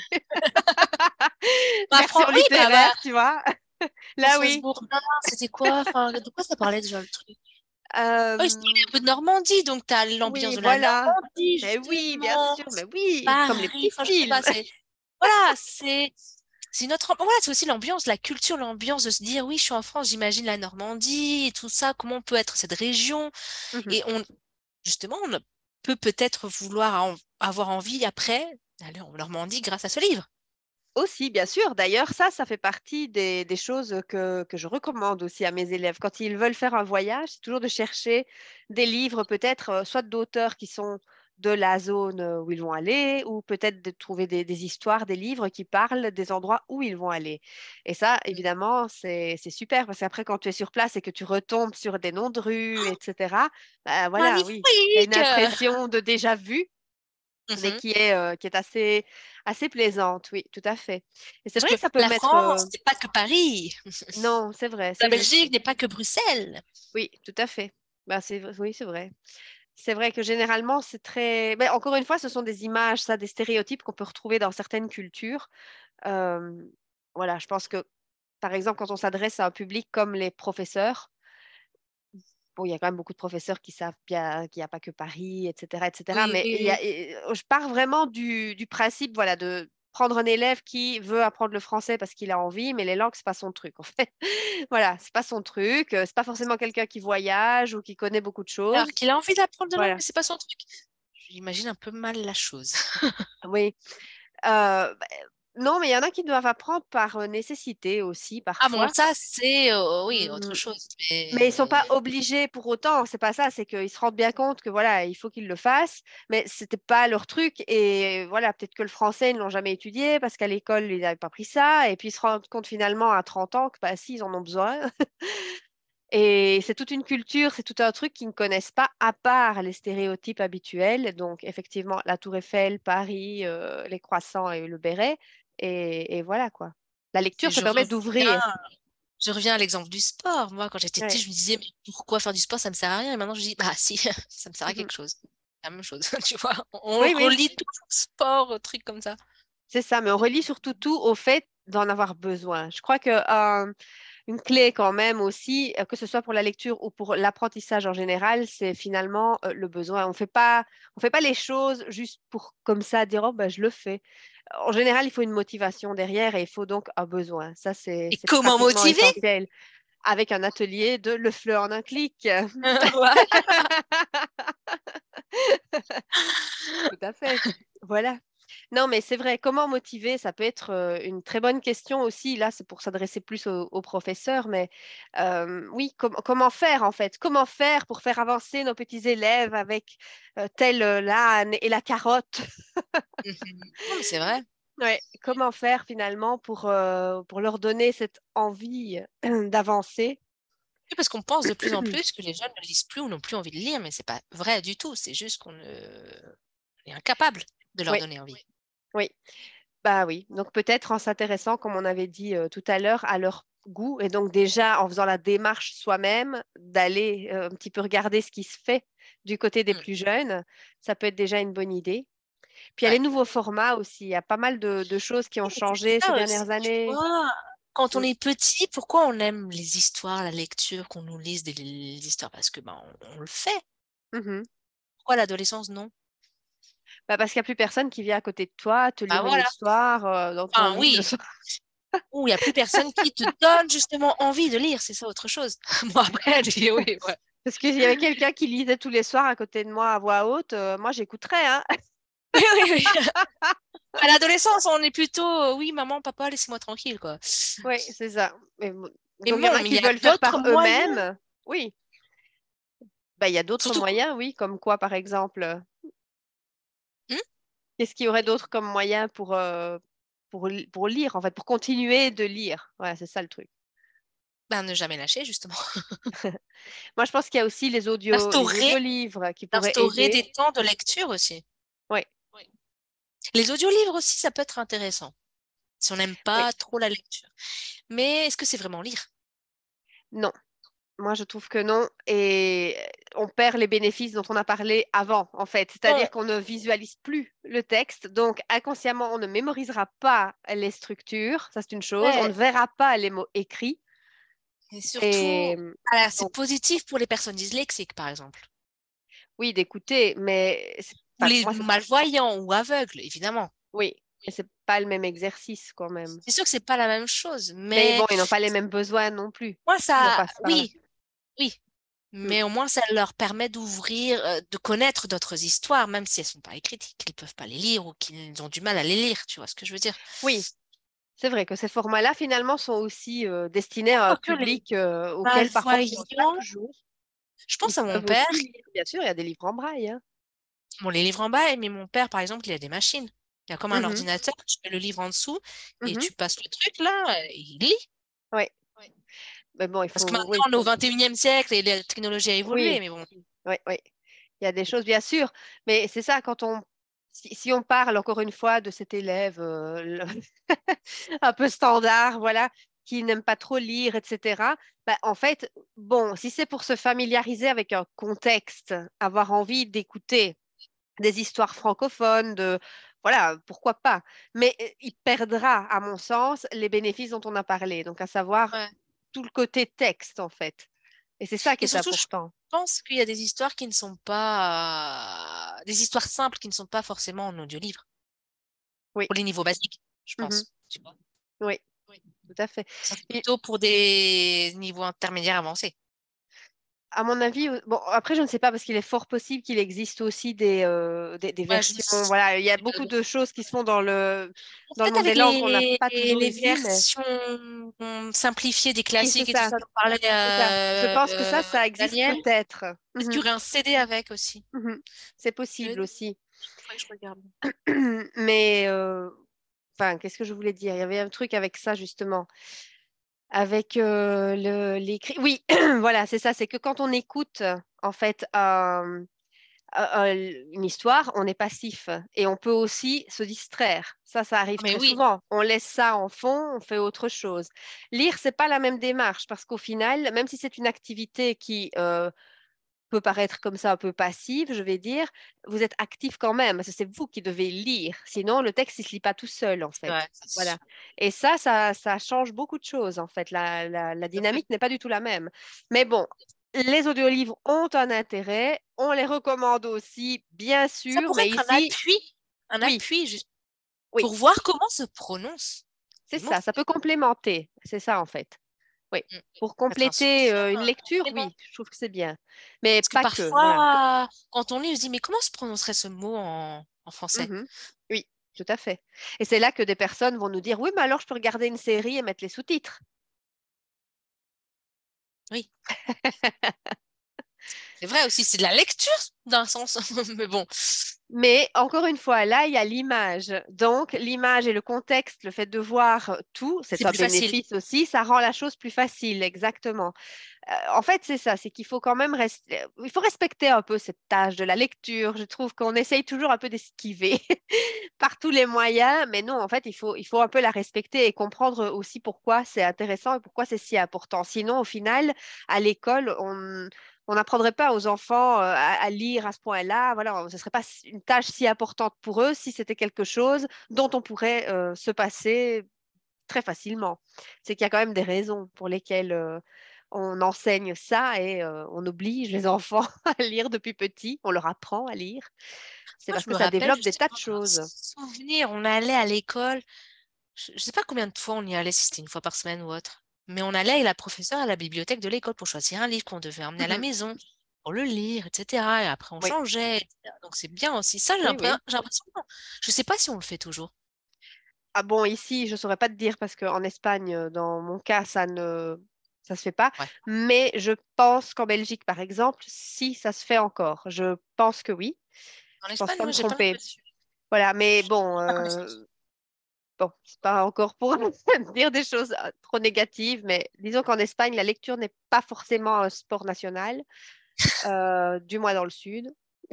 S2: Bah, Fran-
S1: version
S2: oui, bah, bah,
S1: littéraire, tu vois, là
S2: Françoise
S1: oui.
S2: Bourdin, c'était quoi? Enfin, de quoi ça parlait déjà le truc? Oh, il se parlait
S1: Euh,
S2: un peu de Normandie, donc tu as l'ambiance
S1: oui,
S2: de la
S1: voilà.
S2: Normandie,
S1: Mais oui, bien
S2: justement.
S1: sûr, mais oui, comme les
S2: Paris,
S1: petits
S2: enfin, je sais
S1: films.
S2: pas, c'est. Voilà, c'est. C'est notre. Voilà, c'est aussi l'ambiance, la culture, l'ambiance de se dire, oui, je suis en France, j'imagine la Normandie et tout ça, comment peut être cette région.
S1: Mhm.
S2: Et on, justement, on peut peut-être vouloir en- avoir envie après d'aller en Normandie grâce à ce livre.
S1: Aussi, bien sûr. D'ailleurs, ça, ça fait partie des, des choses que, que je recommande aussi à mes élèves. Quand ils veulent faire un voyage, c'est toujours de chercher des livres, peut-être, euh, soit d'auteurs qui sont de la zone euh, où ils vont aller, ou peut-être de trouver des, des histoires, des livres qui parlent des endroits où ils vont aller. Et ça, évidemment, c'est, c'est super, parce qu'après, quand tu es sur place et que tu retombes sur des noms de rues, et cetera, bah, voilà, oui, tu as une
S2: Magnifique!
S1: impression de déjà vu mais
S2: Mhm.
S1: qui est, euh, qui est assez, assez plaisante, oui, tout à fait. Et c'est
S2: Parce
S1: vrai
S2: que
S1: que ça peut
S2: la
S1: mettre... euh,
S2: France, c'est pas que Paris.
S1: Non, c'est vrai,
S2: La
S1: c'est juste.
S2: Belgique n'est pas que Bruxelles.
S1: Oui, tout à fait. Bah, c'est... v- Oui, c'est vrai. C'est vrai que généralement, c'est très... Ben, encore une fois, ce sont des images, ça, des stéréotypes qu'on peut retrouver dans certaines cultures. Euh, voilà, je pense que, par exemple, quand on s'adresse à un public comme les professeurs, bon, il y a quand même beaucoup de professeurs qui savent bien qu'il n'y a pas que Paris, et cetera, et cetera.
S2: Oui,
S1: Mais
S2: oui,
S1: il y a,
S2: oui.
S1: et- je pars vraiment du, du principe, voilà, de prendre un élève qui veut apprendre le français parce qu'il a envie, mais les langues, c'est pas son truc, en fait. Voilà, c'est pas son truc. euh, C'est pas forcément quelqu'un qui voyage ou qui connaît beaucoup de
S2: Alors
S1: choses.
S2: qu'il a envie d'apprendre de langue,
S1: Voilà.
S2: mais c'est pas son truc. J'imagine un peu mal la chose.
S1: Oui. Euh, bah, non, mais il y en a qui doivent apprendre par euh, nécessité aussi,
S2: Ah bon,
S1: parfois.
S2: ça, c'est, euh, oui, autre
S1: Mm.
S2: chose.
S1: Mais ils sont pas
S2: Mais...
S1: obligés pour autant, c'est pas ça, c'est qu'ils se rendent bien compte que voilà, il faut qu'ils le fassent, mais c'était pas leur truc et voilà, peut-être que le français ils ne l'ont jamais étudié parce qu'à l'école ils n'avaient pas pris ça et puis ils se rendent compte finalement à trente ans que bah si ils en ont besoin. Et c'est toute une culture, c'est tout un truc qu'ils ne connaissent pas à part les stéréotypes habituels. Donc effectivement, la Tour Eiffel, Paris, euh, les croissants et le béret et, et voilà quoi. La lecture,
S2: Et
S1: ça
S2: je
S1: permet
S2: reviens,
S1: d'ouvrir.
S2: je reviens à l'exemple du sport. Moi, quand j'étais petite,
S1: Ouais.
S2: je me disais, mais pourquoi faire du sport, ça me sert à rien. Et maintenant, je dis, bah si, ça me sert à
S1: Mhm.
S2: quelque chose. La même chose, tu vois. On
S1: Oui, oui,
S2: relie tout sport, au truc comme ça.
S1: c'est ça, mais on relie surtout tout au fait d'en avoir besoin. Je crois que euh, une clé quand même aussi, euh, que ce soit pour la lecture ou pour l'apprentissage en général, c'est finalement euh, le besoin. On fait pas, on fait pas les choses juste pour comme ça dire oh ben je le fais. En général, il faut une motivation derrière et il faut donc un besoin. Ça c'est
S2: Et
S1: c'est
S2: comment
S1: pratiquement
S2: motiver?
S1: essentiel. Avec un atelier de le fleur en un clic.
S2: Voilà.
S1: Tout à fait. Voilà. Non, mais c'est vrai, comment motiver, ça peut être euh, une très bonne question aussi. Là, c'est pour s'adresser plus aux, aux professeurs, mais euh, oui, com- comment faire en fait? Comment faire pour faire avancer nos petits élèves avec euh, tel euh, l'âne et la carotte?
S2: Mhm. Non, mais c'est vrai.
S1: Ouais, comment faire finalement pour, euh, pour leur donner cette envie d'avancer?
S2: Oui, parce qu'on pense de plus en plus que les jeunes ne lisent plus ou n'ont plus envie de lire, mais c'est pas vrai du tout. C'est juste qu'on ne- on est incapable de leur
S1: Oui,
S2: donner envie.
S1: oui. Bah oui, donc peut-être en s'intéressant, comme on avait dit euh, tout à l'heure, à leur goût et donc déjà en faisant la démarche soi-même d'aller euh, un petit peu regarder ce qui se fait du côté des
S2: Mm.
S1: plus jeunes, ça peut être déjà une bonne idée. Puis il y a les
S2: Ouais.
S1: nouveaux formats aussi, il y a pas mal de, de choses qui ont
S2: Oui, mais c'est
S1: changé ces
S2: ça aussi,
S1: dernières
S2: tu
S1: années.
S2: vois. Quand on
S1: Mm.
S2: est petit, pourquoi on aime les histoires, la lecture, qu'on nous lise des des histoires? Parce que ben, on, on le fait.
S1: Mhm.
S2: Pourquoi l'adolescence, non?
S1: Bah parce qu'il n'y a plus personne qui vient à côté de toi te
S2: Bah
S1: lire une
S2: voilà.
S1: histoire euh, dans ton
S2: Enfin,
S1: lit le
S2: oui.
S1: soir.
S2: Ou il n'y a plus personne qui te donne justement envie de lire, c'est ça autre chose. Moi, après, je dis oui, ouais.
S1: Parce qu'il y avait quelqu'un qui lisait tous les soirs à côté de moi à voix haute, euh, moi j'écouterais, hein.
S2: Oui, oui, oui. À l'adolescence, on est plutôt, euh, oui, maman, papa, laissez-moi tranquille, quoi.
S1: Oui, c'est ça. Mais bon,
S2: Mais
S1: donc, il y en
S2: bon,
S1: a
S2: mais il
S1: qui
S2: y a
S1: veulent faire
S2: d'autres
S1: par
S2: moyens.
S1: eux-mêmes. Oui, bah, il y a d'autres
S2: Surtout que...
S1: moyens, oui, comme quoi, par exemple.
S2: Hmm.
S1: Qu'est-ce qu'il y aurait d'autre comme moyen pour, euh, pour, li- pour lire, en fait, pour continuer de lire. Ouais, c'est ça le truc.
S2: Ben, ne jamais lâcher, justement.
S1: Moi, je pense qu'il y a aussi les audios, les
S2: Instaurer,
S1: audiolivres qui pourraient
S2: instaurer
S1: aider.
S2: des temps de lecture aussi.
S1: Oui,
S2: Oui. Les audiolivres aussi, ça peut être intéressant, si on n'aime
S1: oui,
S2: pas trop la lecture. Mais est-ce que c'est vraiment lire?
S1: non. Moi, je trouve que non. Et on perd les bénéfices dont on a parlé avant, en fait.
S2: Non.
S1: C'est-à-dire qu'on ne visualise plus le texte. Donc, inconsciemment, on ne mémorisera pas les structures. Ça, c'est une chose. On ne
S2: Ouais.
S1: verra pas les mots écrits.
S2: Et surtout,
S1: Et
S2: alors, c'est
S1: donc,
S2: positif pour les personnes dyslexiques, par exemple.
S1: oui, d'écouter, mais c'est-
S2: Ou
S1: enfin,
S2: les
S1: moi, c'est
S2: malvoyants ou aveugles, évidemment.
S1: oui, mais c'est pas le même exercice quand même.
S2: C'est sûr que c'est pas la même chose,
S1: Mais
S2: mais
S1: bon, ils n'ont pas les mêmes besoins non plus
S2: moi,
S1: si on
S2: ça,
S1: passe par là.
S2: oui, oui.
S1: Mm.
S2: Mais au moins, ça leur permet d'ouvrir, euh, de connaître d'autres histoires, même si elles sont pas écrites, qu'ils peuvent pas les lire ou qu'ils ont du mal à les lire, tu vois ce que je veux dire?
S1: Oui, c'est vrai que ces formats-là, finalement, sont aussi euh, destinés
S2: Ah,
S1: à un
S2: quoique les
S1: public euh, auquel parfois on ne pense pas
S2: malvoyants,
S1: toujours.
S2: je
S1: Ils
S2: pense à mon
S1: peuvent
S2: père.
S1: aussi lire, bien sûr, il y a des livres en braille, hein.
S2: Bon, les livres en bas, mais mon père, par exemple, il a des machines. Il y a comme un
S1: Mhm,
S2: ordinateur, tu mets le livre en dessous et
S1: mhm.
S2: tu passes le truc là, et il lit.
S1: Ouais.
S2: Ouais.
S1: Mais bon, il
S2: Parce que
S1: faut, oui,
S2: maintenant, on est au vingt et unième siècle et la technologie a évolué,
S1: oui,
S2: mais bon.
S1: oui, oui. Il y a des choses, bien sûr, mais c'est ça, quand on, si, si on parle encore une fois de cet élève euh, le- un peu standard, voilà, qui n'aiment pas trop lire, et cetera, bah, en fait, bon, si c'est pour se familiariser avec un contexte, avoir envie d'écouter des histoires francophones, de voilà, pourquoi pas. Mais euh, il perdra, à mon sens, les bénéfices dont on a parlé, donc à savoir
S2: Ouais.
S1: tout le côté texte, en fait. Et c'est ça qui
S2: Et
S1: est
S2: surtout, je
S1: important.
S2: pense qu'il y a des histoires qui ne sont pas... Des histoires simples qui ne sont pas forcément en audio-livre.
S1: Oui.
S2: Pour les niveaux basiques, je
S1: Mhm.
S2: pense. Tu vois.
S1: Oui,
S2: Oui.
S1: tout à fait.
S2: Ça, c'est
S1: Et
S2: plutôt pour des niveaux intermédiaires avancés.
S1: à mon avis, euh, bon, après, je ne sais pas parce qu'il est fort possible qu'il existe aussi des, euh, des, des
S2: Ouais, je
S1: versions.
S2: sais
S1: Voilà, il y a
S2: pas
S1: beaucoup
S2: de-
S1: de choses qui se font dans le, dans le
S2: Peut-être
S1: monde des
S2: avec
S1: langues qu'on n'a
S2: les,
S1: pas toujours
S2: les
S1: ici, mais
S2: versions hum, simplifiées des
S1: oui, c'est
S2: classiques et tout
S1: ça,
S2: ça dont parlait
S1: c'est ça. Je
S2: euh,
S1: pense que ça,
S2: euh,
S1: ça existe
S2: Daniel.
S1: peut-être.
S2: Est-ce qu'il y
S1: Mhm,
S2: aurait un C D avec aussi?
S1: mhm. C'est
S2: Je,
S1: possible aussi.
S2: je faudrait que je regarde.
S1: Mais, euh, enfin, qu'est-ce que je voulais dire? Il y avait un truc avec ça, justement. Avec euh, le, l'écrit. Oui, voilà, c'est ça. C'est que quand on écoute, en fait, euh, euh, une histoire, on est passif et on peut aussi se distraire. Ça, ça
S2: Ah,
S1: arrive
S2: mais
S1: très
S2: oui,
S1: souvent. On laisse ça en fond, on fait autre chose. Lire, c'est pas la même démarche parce qu'au final, même si c'est une activité qui euh, peut paraître comme ça un peu passive, je vais dire, vous êtes actif quand même, parce que c'est vous qui devez lire. Sinon, le texte, il se lit pas tout seul, en
S2: c'est vrai,
S1: fait.
S2: ça, c'est
S1: Voilà.
S2: sûr.
S1: Et ça, ça, ça change beaucoup de choses, en fait. La, la, la
S2: Tout à fait.
S1: dynamique n'est pas du tout la même. Mais bon, les audiolivres ont un intérêt. On les recommande aussi, bien
S2: Ça
S1: sûr.
S2: pourrait
S1: Mais
S2: être un
S1: ici,
S2: appui, un
S1: oui,
S2: appui juste
S1: oui,
S2: pour voir comment se prononcent
S1: c'est
S2: les mots.
S1: ça. Ça peut complémenter. C'est ça, en fait. Oui.
S2: Mm.
S1: Pour
S2: Être un
S1: compléter
S2: soutien,
S1: euh, une
S2: un
S1: lecture,
S2: complément.
S1: oui, je trouve que c'est bien. Mais
S2: Parce que
S1: pas que, voilà.
S2: parfois, quand on lit, on se dit, mais comment se prononcerait ce mot en, en français?
S1: Mhm. Oui, tout à fait. Et c'est là que des personnes vont nous dire, oui, mais alors je peux regarder une série et mettre les sous-titres.
S2: Oui, c'est vrai aussi, c'est de la lecture d'un sens. Mais bon,
S1: Mais encore une fois, là, il y a l'image. Donc, l'image et le contexte, le fait de voir tout,
S2: c'est
S1: c'est un
S2: plus facile.
S1: bénéfice aussi, ça rend la chose plus facile, exactement. Euh, en fait, c'est ça, c'est qu'il faut quand même rester, il faut respecter un peu cette tâche de la lecture. Je trouve qu'on essaye toujours un peu d'esquiver par tous les moyens, mais non, en fait, il faut, il faut un peu la respecter et comprendre aussi pourquoi c'est intéressant et pourquoi c'est si important. Sinon, au final, à l'école, on on n'apprendrait pas aux enfants euh, à, à lire à ce point-là. Voilà, ce ne serait pas une tâche si importante pour eux si c'était quelque chose dont on pourrait euh, se passer très facilement. C'est qu'il y a quand même des raisons pour lesquelles euh, on enseigne ça et euh, on oblige les enfants à lire depuis petit. On leur apprend à lire. C'est
S2: Moi,
S1: parce
S2: je
S1: que
S2: me
S1: ça
S2: rappelle
S1: développe des tas de
S2: justement d'un
S1: choses.
S2: souvenir, on allait à l'école, je ne sais pas combien de fois on y allait, si c'était une fois par semaine ou autre, mais on allait avec la professeure à la bibliothèque de l'école pour choisir un livre qu'on devait emmener à la
S1: Mhm.
S2: maison, pour le lire, et cetera. Et après, on
S1: Oui,
S2: changeait, et cetera. Donc, c'est bien aussi. Ça, j'ai
S1: oui,
S2: l'impression,
S1: oui.
S2: j'ai l'impression, je ne sais pas si on le fait toujours.
S1: Ah bon, ici, je ne saurais pas te dire parce qu'en Espagne, euh, dans mon cas, ça ne ça se fait pas.
S2: Ouais.
S1: Mais je pense qu'en Belgique, par exemple, si ça se fait encore. Je pense que oui.
S2: En
S1: Je pense
S2: Espagne,
S1: pas
S2: moi,
S1: me
S2: j'ai pas
S1: tromper.
S2: l'impression.
S1: Voilà, mais bon,
S2: Pas
S1: euh,
S2: connaissance.
S1: bon, c'est pas encore pour dire des choses euh, trop négatives, mais disons qu'en Espagne, la lecture n'est pas forcément un sport national, euh, du moins dans le sud.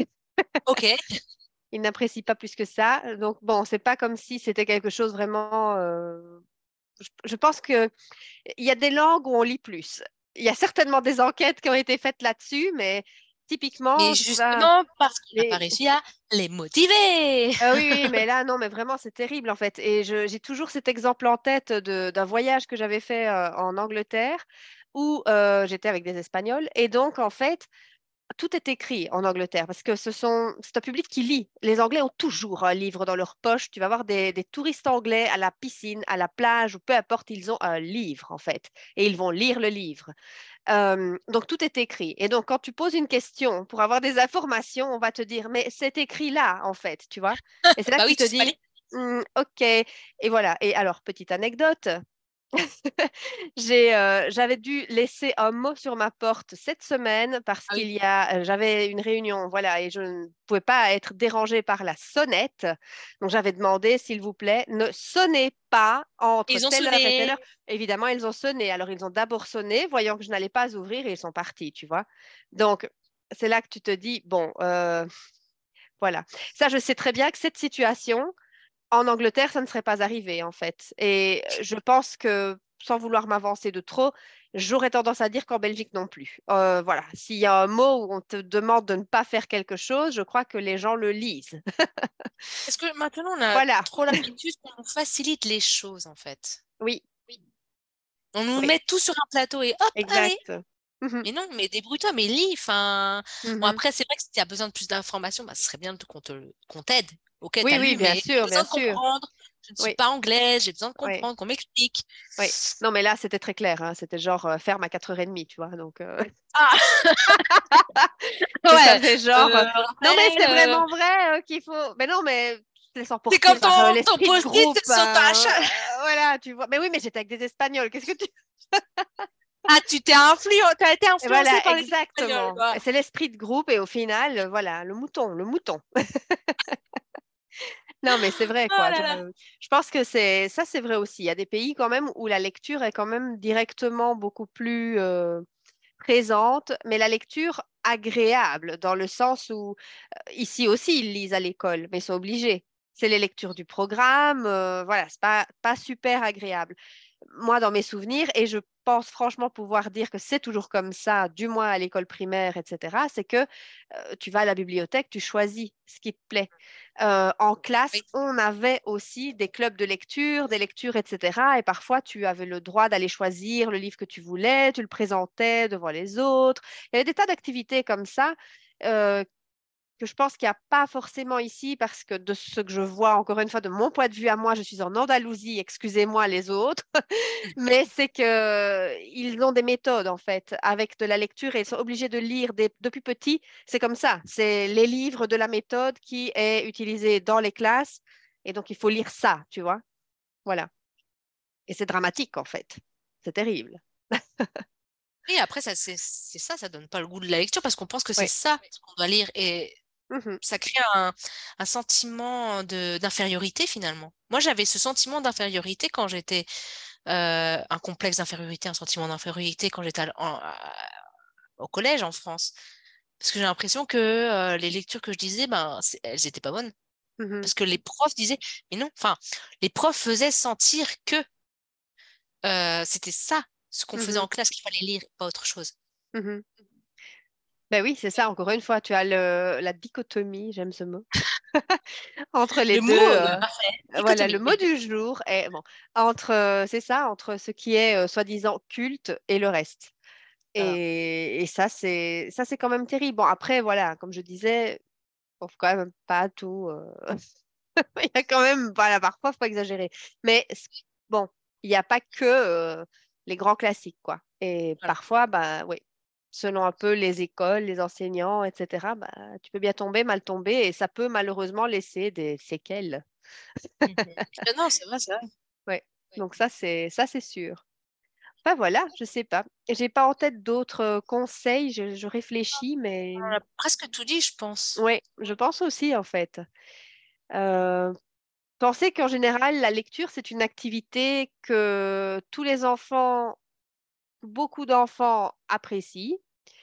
S2: Ok.
S1: Ils n'apprécient pas plus que ça. Donc bon, c'est pas comme si c'était quelque chose vraiment. euh, Je, je pense que il y a des langues où on lit plus. Il y a certainement des enquêtes qui ont été faites là-dessus, mais typiquement,
S2: Mais
S1: tu vas
S2: justement, parce qu'on n'a pas
S1: les.
S2: réussi à les motiver.
S1: Ah oui, oui, mais là, non, mais vraiment, c'est terrible en fait. Et je- j'ai toujours cet exemple en tête de- d'un voyage que j'avais fait euh, en Angleterre où euh, j'étais avec des Espagnols. Et donc, en fait, tout est écrit en Angleterre parce que ce sont, c'est un public qui lit. Les Anglais ont toujours un livre dans leur poche. Tu vas voir des, des touristes anglais à la piscine, à la plage, ou peu importe, ils ont un livre en fait. Et ils vont lire le livre. Euh, donc tout est écrit. Et donc quand tu poses une question pour avoir des informations, on va te dire, mais c'est écrit là en fait, tu vois. Et c'est là
S2: Bah
S1: que tu
S2: oui,
S1: te
S2: tu sais pas
S1: dis,
S2: lire.
S1: Hmm, ok. Et voilà. Et alors, petite anecdote, j'ai, euh, j'avais dû laisser un mot sur ma porte cette semaine parce
S2: Ah
S1: qu'il
S2: oui.
S1: y a, euh, j'avais une réunion, voilà, et je ne pouvais pas être dérangée par la sonnette. Donc j'avais demandé, s'il vous plaît, ne sonnez pas entre
S2: Ils ont
S1: telle heure et telle
S2: sonné.
S1: heure. Évidemment, ils ont sonné. Alors ils ont d'abord sonné, voyant que je n'allais pas ouvrir, et ils sont partis, tu vois. Donc c'est là que tu te dis, bon, euh, voilà. Ça, je sais très bien que cette situation en Angleterre, ça ne serait pas arrivé, en fait. Et je pense que sans vouloir m'avancer de trop, j'aurais tendance à dire qu'en Belgique non plus. Euh, voilà, s'il y a un mot où on te demande de ne pas faire quelque chose, je crois que les gens le lisent.
S2: Parce que maintenant, on a
S1: Voilà,
S2: trop l'habitude qu'on nous facilite les choses, en fait.
S1: oui,
S2: On nous
S1: oui,
S2: met tout sur un plateau et hop, allez.
S1: exact. Mhm,
S2: Mais non, mais débrouille-toi, mais lis. Enfin, bon,
S1: mhm.
S2: après, c'est vrai que si tu as besoin de plus d'informations, bah, ce serait bien de- qu'on te, qu'on t'aide. Ok,
S1: Oui,
S2: t'as
S1: oui,
S2: lu,
S1: bien
S2: mais j'ai
S1: sûr, bien
S2: besoin de
S1: sûr.
S2: comprendre. Je ne suis
S1: Oui,
S2: pas anglaise, j'ai besoin de
S1: oui,
S2: comprendre, qu'on m'explique.
S1: oui. Non, mais là, c'était très clair, hein. C'était genre euh, ferme à quatre heures trente, tu vois. Donc, euh,
S2: Ah,
S1: que ça
S2: ouais.
S1: faisait genre. euh,
S2: Euh,
S1: Non, mais c'est
S2: Raphaël, euh,
S1: vraiment vrai euh, qu'il faut. Mais non, mais je laisse
S2: c'est
S1: emporter
S2: comme
S1: par euh,
S2: ton, ton
S1: l'esprit de
S2: post-it
S1: groupe,
S2: sur ta
S1: hein.
S2: chaîne.
S1: Euh, voilà, tu vois. Mais oui, mais j'étais avec des Espagnols. Qu'est-ce que tu.
S2: Ah, tu t'es influ... as été
S1: Et
S2: influencé
S1: voilà,
S2: par les Espagnols,
S1: exactement.
S2: quoi.
S1: Et c'est l'esprit de groupe et au final, euh, voilà, le mouton, le mouton. Non, mais c'est vrai,
S2: Oh
S1: quoi.
S2: là
S1: Je,
S2: là.
S1: je pense que c'est ça, c'est vrai aussi. Il y a des pays quand même où la lecture est quand même directement beaucoup plus euh, présente, mais la lecture agréable, dans le sens où euh, ici aussi ils lisent à l'école, mais ils sont obligés. C'est les lectures du programme, euh, voilà, c'est pas, pas super agréable. Moi, dans mes souvenirs, et je pense franchement pouvoir dire que c'est toujours comme ça, du moins à l'école primaire, et cetera, c'est que euh, tu vas à la bibliothèque, tu choisis ce qui te plaît. Euh, en classe,
S2: Oui.
S1: on avait aussi des clubs de lecture, des lectures, et cetera. Et parfois, tu avais le droit d'aller choisir le livre que tu voulais, tu le présentais devant les autres. Il y avait des tas d'activités comme ça euh, que je pense qu'il n'y a pas forcément ici parce que de ce que je vois, encore une fois, de mon point de vue à moi, je suis en Andalousie, excusez-moi les autres, mais c'est que ils ont des méthodes en fait avec de la lecture et ils sont obligés de lire des- depuis petit. C'est comme ça. C'est les livres de la méthode qui est utilisée dans les classes et donc il faut lire ça, tu vois. Voilà. Et c'est dramatique en fait. C'est terrible.
S2: Et après, ça, c'est c'est ça, ça donne pas le goût de la lecture parce qu'on pense que c'est
S1: Oui.
S2: ça ce qu'on doit lire et
S1: Mhm.
S2: ça crée un, un sentiment de d'infériorité finalement. Moi, j'avais ce sentiment d'infériorité quand j'étais euh, un complexe d'infériorité, un sentiment d'infériorité quand j'étais à- en- à- au collège en France. Parce que j'ai l'impression que euh, les lectures que je disais, ben, c'est- elles étaient pas bonnes.
S1: Mhm.
S2: Parce que les profs disaient, mais non, enfin, les profs faisaient sentir que euh, c'était ça, ce qu'on faisait
S1: Mhm.
S2: en classe, qu'il fallait lire, pas autre chose.
S1: Mhm. Ben oui, c'est ça. Encore une fois, tu as le, la dichotomie, j'aime ce mot, entre les
S2: Le
S1: deux.
S2: mot,
S1: euh,
S2: euh, parfait,
S1: Voilà, le
S2: dichotomie.
S1: mot du jour est bon, entre, euh, c'est ça, entre ce qui est euh, soi-disant culte et le reste.
S2: Voilà.
S1: Et, et ça, c'est ça, c'est quand même terrible. Bon, après, voilà, comme je disais, faut quand même pas tout. euh, Il y a quand même, voilà, parfois, faut pas exagérer. Mais c- bon, il n'y a pas que euh, les grands classiques, quoi. Et
S2: Voilà.
S1: parfois, bah oui, selon un peu les écoles, les enseignants, et cetera, bah, tu peux bien tomber, mal tomber, et ça peut malheureusement laisser des séquelles.
S2: Mhm. Euh, Non, c'est vrai, c'est vrai.
S1: Ouais. Donc ça, c'est ça, c'est sûr. Enfin voilà, je sais pas. J'ai pas en tête d'autres euh, conseils. Je, je réfléchis, mais
S2: On a presque tout dit, je pense.
S1: ouais, je pense aussi en fait. Euh, Pensez qu'en général, la lecture, c'est une activité que tous les enfants, beaucoup d'enfants apprécient.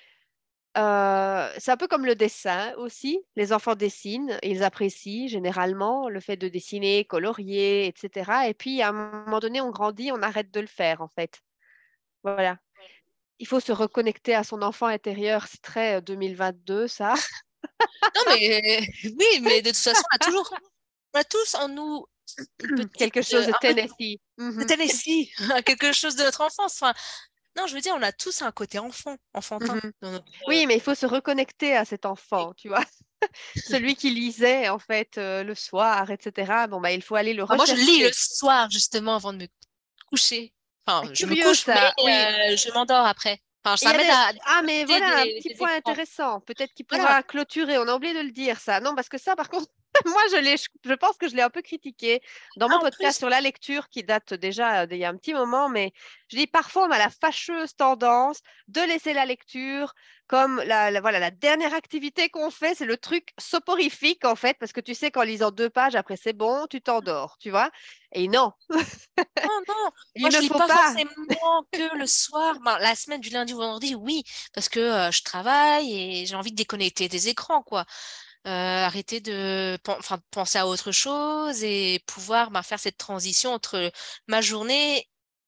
S1: Euh, c'est un peu comme le dessin aussi. Les enfants dessinent, ils apprécient généralement le fait de dessiner, colorier, et cetera. Et puis, à un moment donné, on grandit, on arrête de le faire en fait. Voilà. Il faut se reconnecter à son enfant intérieur. C'est très euh, deux mille vingt-deux, ça.
S2: Non, mais oui, mais de toute façon, on a toujours, on a tous en nous une petite,
S1: Quelque chose
S2: euh,
S1: de
S2: un peu
S1: Tennessee.
S2: de
S1: Mhm,
S2: Tennessee, quelque chose de notre enfance. Enfin, non, je veux dire, on a tous un côté enfant, enfantin
S1: mhm.
S2: dans notre. euh,
S1: Oui, mais il faut se reconnecter à cet enfant, tu vois. Celui qui lisait, en fait, euh, le soir, et cetera. Bon, bah, il faut aller le
S2: Enfin, moi, je lis le
S1: rechercher.
S2: soir, justement, avant de me coucher.
S1: Ah,
S2: Enfin, je me
S1: curieux,
S2: couche, mais
S1: ça. Oui.
S2: euh, je m'endors après. Enfin,
S1: Et il y
S2: ça
S1: a
S2: m'aide
S1: des...
S2: à
S1: Ah, mais
S2: déconnecter
S1: voilà, un
S2: des,
S1: petit
S2: des
S1: point
S2: écrans.
S1: intéressant. Peut-être qu'il
S2: Voilà.
S1: pourra clôturer. On a oublié de le dire, ça. Non, parce que ça, par contre, moi, je l'ai, je pense que je l'ai un peu critiqué dans mon
S2: Ah, en
S1: podcast
S2: plus,
S1: sur la lecture qui date déjà d'il y a un petit moment. Mais je dis parfois, on a la fâcheuse tendance de laisser la lecture comme la, la- voilà, la dernière activité qu'on fait. C'est le truc soporifique, en fait, parce que tu sais qu'en lisant deux pages, après, c'est bon, tu t'endors, tu vois. Et non,
S2: non, non, moi
S1: il
S2: je
S1: ne
S2: lis
S1: faut
S2: pas
S1: pas.
S2: forcément que le soir. Ben, la semaine du lundi au vendredi, oui, parce que euh, je travaille et j'ai envie de déconnecter des écrans, quoi. Euh, arrêter de, pen- enfin, de penser à autre chose et pouvoir ben, faire cette transition entre ma journée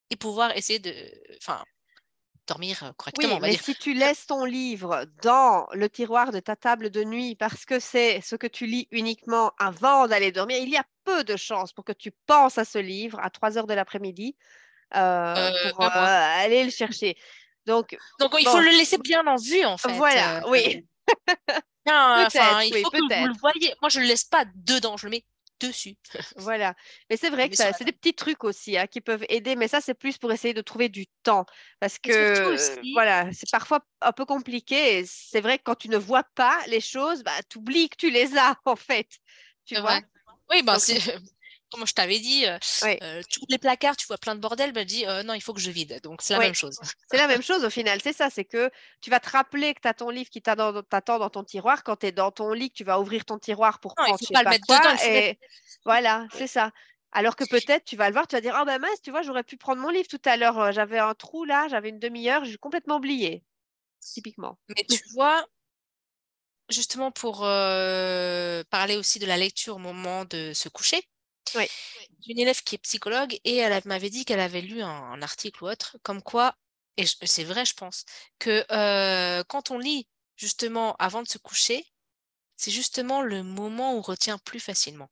S2: et pouvoir essayer de, enfin, dormir euh, correctement,
S1: Oui,
S2: on va
S1: mais
S2: dire.
S1: si tu laisses ton livre dans le tiroir de ta table de nuit parce que c'est ce que tu lis uniquement avant d'aller dormir, il y a peu de chances pour que tu penses à ce livre à trois heures de l'après-midi euh,
S2: Euh,
S1: pour euh,
S2: même moi.
S1: aller le chercher. Donc,
S2: Donc, il faut
S1: bon,
S2: le laisser bien en vue, en fait.
S1: voilà,
S2: euh,
S1: oui,
S2: bien, enfin,
S1: peut-être,
S2: il
S1: oui,
S2: faut que vous le
S1: peut-être.
S2: voyez. Moi, je le laisse pas dedans, je le mets dessus.
S1: Voilà. Mais c'est
S2: Je
S1: vrai
S2: le
S1: que
S2: mets sur
S1: ça,
S2: la
S1: c'est des
S2: table.
S1: petits trucs aussi hein, qui peuvent aider, mais ça, c'est plus pour essayer de trouver du temps. Parce
S2: Et
S1: que,
S2: surtout
S1: euh,
S2: aussi,
S1: voilà, c'est parfois un peu compliqué. Et c'est vrai que quand tu ne vois pas les choses, bah, tu oublies que tu les as, en fait. Tu
S2: c'est
S1: vois?
S2: vrai. Oui, ben,
S1: Donc,
S2: c'est
S1: c'est,
S2: comme je t'avais dit, euh,
S1: ouais,
S2: euh, tous les placards, tu vois plein de bordel, ben, dis, euh, non, il faut que je vide. Donc, c'est la même
S1: ouais.
S2: chose.
S1: C'est la même chose au final, c'est ça, c'est que tu vas te rappeler que tu as ton livre qui t'attend dans, t'attend dans ton tiroir quand tu es dans ton lit, que tu vas ouvrir ton tiroir pour
S2: Non, il
S1: prendre
S2: faut
S1: je sais
S2: pas le
S1: pas
S2: mettre dedans, il
S1: quoi,
S2: faut mettre.
S1: et voilà, c'est ça. Alors que peut-être tu vas le voir, tu vas dire, ah ben mince, tu vois, j'aurais pu prendre mon livre tout à l'heure, euh, j'avais un trou là, j'avais une demi-heure, j'ai complètement oublié, typiquement.
S2: Mais tu vois, justement pour euh, parler aussi de la lecture au moment de se coucher,
S1: Oui,
S2: j'ai une élève qui est psychologue et elle a- m'avait dit qu'elle avait lu un, un article ou autre, comme quoi, et je- c'est vrai, je pense, que euh, quand on lit justement avant de se coucher, c'est justement le moment où on retient plus facilement.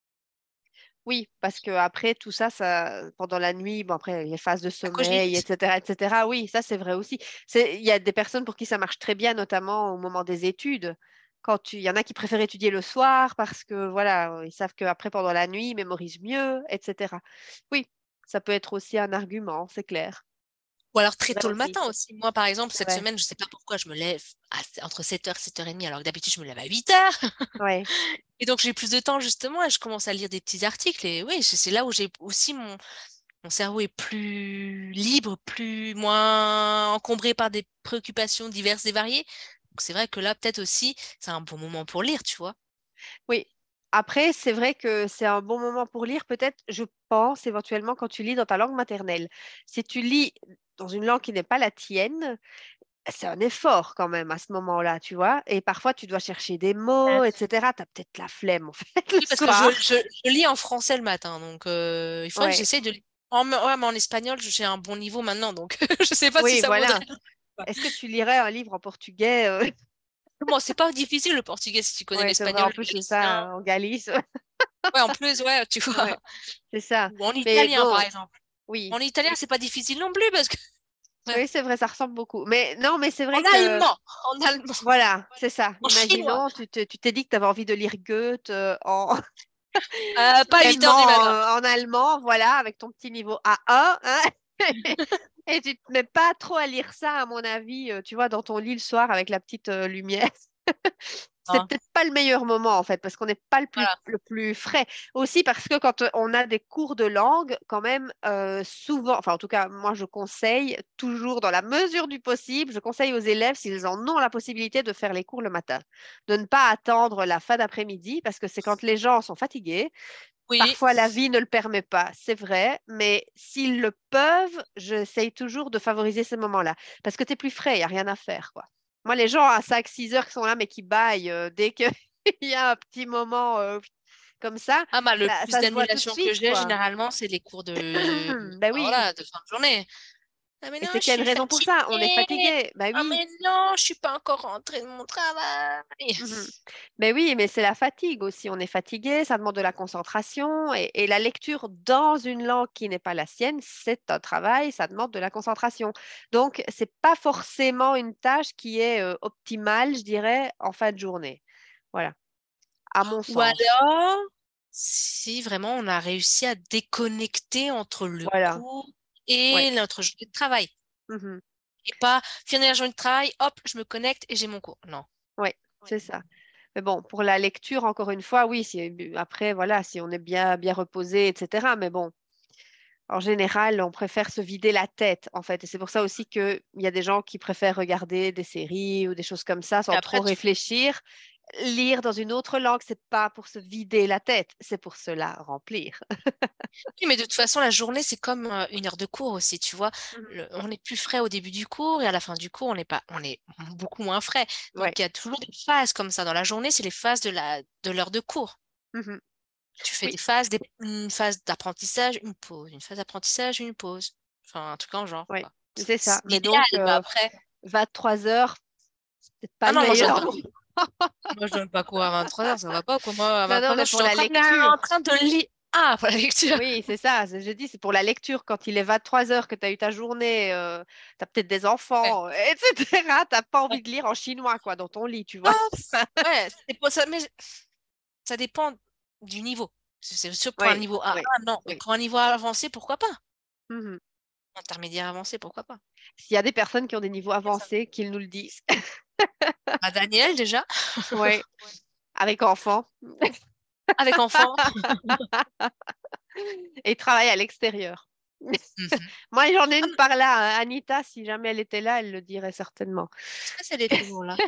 S1: oui, parce que après tout ça, ça, pendant la nuit, bon après les phases de
S2: Ça
S1: sommeil,
S2: cogite.
S1: et cetera, et cetera. Oui, ça c'est vrai aussi. C'est, il y a des personnes pour qui ça marche très bien, notamment au moment des études. Quand tu, il y en a qui préfèrent étudier le soir parce que voilà, euh, ils savent qu'après pendant la nuit, ils mémorisent mieux, et cetera. Oui, ça peut être aussi un argument, c'est clair.
S2: Ou alors
S1: C'est
S2: très
S1: vrai
S2: tôt le
S1: aussi.
S2: matin aussi. Moi, par exemple,
S1: C'est
S2: cette
S1: vrai.
S2: semaine, je sais pas pourquoi je me lève à- entre sept heures et sept heures trente, alors que d'habitude, je me lève à huit heures.
S1: Ouais.
S2: Et donc, j'ai plus de temps, justement, et je commence à lire des petits articles. Et oui, c'est c'est là où j'ai aussi mon, mon cerveau est plus libre, plus moins encombré par des préoccupations diverses et variées. Donc, c'est vrai que là, peut-être aussi, c'est un bon moment pour lire, tu vois.
S1: Oui. Après, c'est vrai que c'est un bon moment pour lire, peut-être, je pense, éventuellement, quand tu lis dans ta langue maternelle. Si tu lis dans une langue qui n'est pas la tienne, c'est un effort quand même à ce moment-là, tu vois. Et parfois, tu dois chercher des mots, et cetera. Tu as peut-être la flemme, en fait, le
S2: Oui, parce que je,
S1: soir.
S2: je, je lis en français le matin, donc euh, il faudrait que
S1: Ouais.
S2: j'essaye de lire. En, ouais, mais en espagnol, j'ai un bon niveau maintenant, donc je sais pas si
S1: Oui,
S2: ça vaudrait.
S1: voilà. Est-ce que tu lirais un livre en portugais euh
S2: Bon, c'est pas difficile le portugais si tu connais
S1: Ouais, c'est vrai, en
S2: l'espagnol, le
S1: plus, c'est
S2: galicien.
S1: ça, en Galice.
S2: Ouais, en plus, ouais, tu vois.
S1: Ouais, c'est ça.
S2: Ou en
S1: Mais
S2: italien, par
S1: bon,
S2: exemple.
S1: oui.
S2: En italien, c'est pas difficile non plus parce que. Ouais.
S1: Oui, c'est vrai, ça ressemble beaucoup. Mais non, mais c'est
S2: En
S1: vrai que
S2: allemand, en allemand,
S1: voilà, c'est ça.
S2: en chinois.
S1: Imaginons, tu te- tu t'es dit que tu avais envie de lire Goethe euh, en
S2: Euh, pas à huit heures
S1: soudainement
S2: du matin.
S1: en, en allemand, voilà, avec ton petit niveau A un, hein, et tu te mets pas trop à lire ça, à mon avis, euh, tu vois, dans ton lit le soir avec la petite euh, lumière. C'est
S2: Hein,
S1: peut-être pas le meilleur moment en fait, parce qu'on n'est pas le plus,
S2: voilà.
S1: le plus frais. Aussi parce que quand euh, on a des cours de langue, quand même, euh, souvent, enfin en tout cas, moi je conseille toujours dans la mesure du possible, je conseille aux élèves, s'ils en ont la possibilité, de faire les cours le matin. De ne pas attendre la fin d'après-midi, parce que c'est quand les gens sont fatigués.
S2: Oui.
S1: Parfois, la vie ne le permet pas, c'est vrai, mais s'ils le peuvent, j'essaye toujours de favoriser ces moments-là. Parce que tu es plus frais, il n'y a rien à faire, quoi. Moi, les gens à cinq six heures qui sont là, mais qui baillent euh, dès qu'il y a un petit moment euh, comme ça,
S2: Ah bah le
S1: ça,
S2: plus
S1: ça se voit tout de
S2: d'annulation que
S1: suite,
S2: j'ai
S1: quoi.
S2: généralement, c'est les cours de,
S1: Ben
S2: enfin,
S1: oui,
S2: voilà, de fin de journée. Ah mais
S1: et
S2: non,
S1: c'est
S2: je
S1: qu'il y a une
S2: suis
S1: raison pour ça, on est
S2: fatiguée.
S1: fatigué. Ben
S2: Ah
S1: oui.
S2: mais non, je suis pas encore rentrée de mon travail.
S1: Mhm. Mais oui, mais c'est la fatigue aussi. On est fatigué, ça demande de la concentration. Et, et la lecture dans une langue qui n'est pas la sienne, c'est un travail, ça demande de la concentration. Donc, c'est pas forcément une tâche qui est euh, optimale, je dirais, en fin de journée. Voilà, à mon
S2: Ou
S1: sens.
S2: alors, si vraiment on a réussi à déconnecter entre le
S1: Voilà,
S2: cours
S1: ouais.
S2: et notre journée de travail.
S1: Mhm.
S2: Et pas finir la journée de travail, hop, je me connecte et j'ai mon cours. Non.
S1: Ouais, c'est ça. Mais bon, pour la lecture, encore une fois, oui, si, après, voilà, si on est bien, bien reposé, et cetera. Mais bon. En général, on préfère se vider la tête, en fait. Et c'est pour ça aussi qu'il y a des gens qui préfèrent regarder des séries ou des choses comme ça
S2: Et
S1: sans trop
S2: après, tu...
S1: réfléchir. Lire dans une autre langue, c'est pas pour se vider la tête, c'est pour se la remplir.
S2: Oui, mais de toute façon, la journée, c'est comme euh, une heure de cours aussi, tu vois.
S1: Mhm.
S2: Le- on est plus frais au début du cours et à la fin du cours, on n'est pas, on est beaucoup moins frais. Donc,
S1: Ouais.
S2: il y a toujours des phases comme ça. Dans la journée, c'est les phases de la, de l'heure de cours.
S1: Mhm.
S2: Tu fais
S1: Oui,
S2: des phases, des- une phase d'apprentissage, une pause, une phase d'apprentissage, une pause. Enfin, un truc en genre,
S1: Oui,
S2: quoi.
S1: c'est ça.
S2: C'est
S1: Mais
S2: l'idéal,
S1: donc,
S2: mais
S1: euh,
S2: après...
S1: vingt-trois heures, c'est peut-être pas
S2: Ah
S1: le
S2: non, moi, je donne
S1: meilleur.
S2: pas. Moi, je donne pas cours à vingt-trois heures, ça va pas, quoi. Moi, à
S1: Non, non,
S2: vingt-trois heures,
S1: mais
S2: je
S1: pour
S2: suis en
S1: la
S2: train de,
S1: lecture.
S2: en train de lire. Ah, pour la lecture.
S1: Oui, c'est ça. c'est- Je dis, c'est pour la lecture. Quand il est vingt-trois heures, que tu as eu ta journée, euh, tu as peut-être des
S2: Ouais.
S1: enfants, euh, et cetera. Tu pas envie de lire en chinois, quoi, dans ton lit, tu vois.
S2: Ah, ouais, c'est pas ça, mais ça dépend du niveau. C'est c'est sûr, pour un
S1: Oui,
S2: niveau
S1: oui,
S2: A un, non. Mais
S1: oui.
S2: pour un niveau avancé, pourquoi pas?
S1: Mhm.
S2: Intermédiaire avancé, pourquoi pas?
S1: S'il y a des personnes qui ont des niveaux avancés, qu'ils nous le disent.
S2: Bah, Daniel, déjà,
S1: Oui, avec enfants.
S2: avec enfant.
S1: Et travaille à l'extérieur.
S2: Mhm.
S1: Moi, j'en ai
S2: Ah,
S1: une par là, hein. Anita, si jamais elle était là, elle le dirait certainement.
S2: est-ce que c'est toujours là?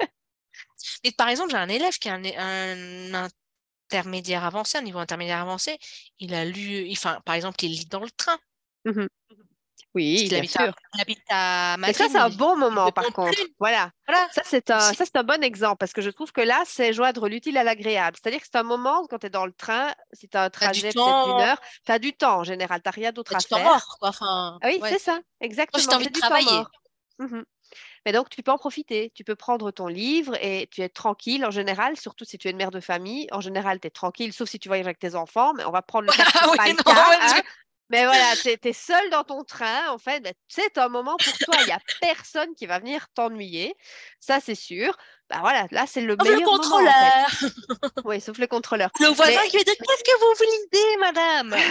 S2: Et par exemple, j'ai un élève qui a un, un intermédiaire avancé, un niveau intermédiaire avancé. Il a lu, enfin, par exemple, il lit dans le train.
S1: Mhm.
S2: Parce
S1: Oui,
S2: qu'il
S1: bien
S2: habite à,
S1: sûr.
S2: il habite à
S1: Mais ça,
S2: Madrid,
S1: c'est
S2: mais
S1: un
S2: il
S1: bon
S2: il ne
S1: moment, par
S2: compte
S1: contre.
S2: plus.
S1: Voilà.
S2: Voilà,
S1: Ça, c'est un,
S2: aussi.
S1: ça, c'est un bon exemple parce que je trouve que là, c'est joindre l'utile à l'agréable. C'est-à-dire que c'est un moment, quand tu es dans le train, si tu as un
S2: T'as du
S1: trajet peut-être d'une
S2: temps,
S1: heure, tu as du temps en général, tu n'as rien d'autre
S2: t'as
S1: à
S2: du temps
S1: faire.
S2: mort, quoi. Enfin,
S1: Ah oui,
S2: ouais.
S1: c'est ça,
S2: Moi, si t'as
S1: exactement.
S2: envie
S1: C'est
S2: de
S1: du temps
S2: travailler.
S1: mort. Mhm. Mais donc, tu peux en profiter. Tu peux prendre ton livre et tu es tranquille en général, surtout si tu es une mère de famille. En général, tu es tranquille, sauf si tu voyages avec tes enfants. Mais on va prendre le cas que ce
S2: Ah
S1: n'est
S2: oui,
S1: pas le
S2: non,
S1: cas,
S2: ouais,
S1: hein.
S2: je-
S1: Mais voilà, tu es, seul dans ton train, en fait. Ben, c'est un moment pour toi. Il n'y a personne qui va venir t'ennuyer. Ça, c'est sûr. Ben voilà, là, c'est le
S2: Sauf le
S1: meilleur moment, en fait.
S2: contrôleur.
S1: Oui, sauf le contrôleur.
S2: Le voisin
S1: Mais
S2: qui va dire, qu'est-ce que vous voulez, madame?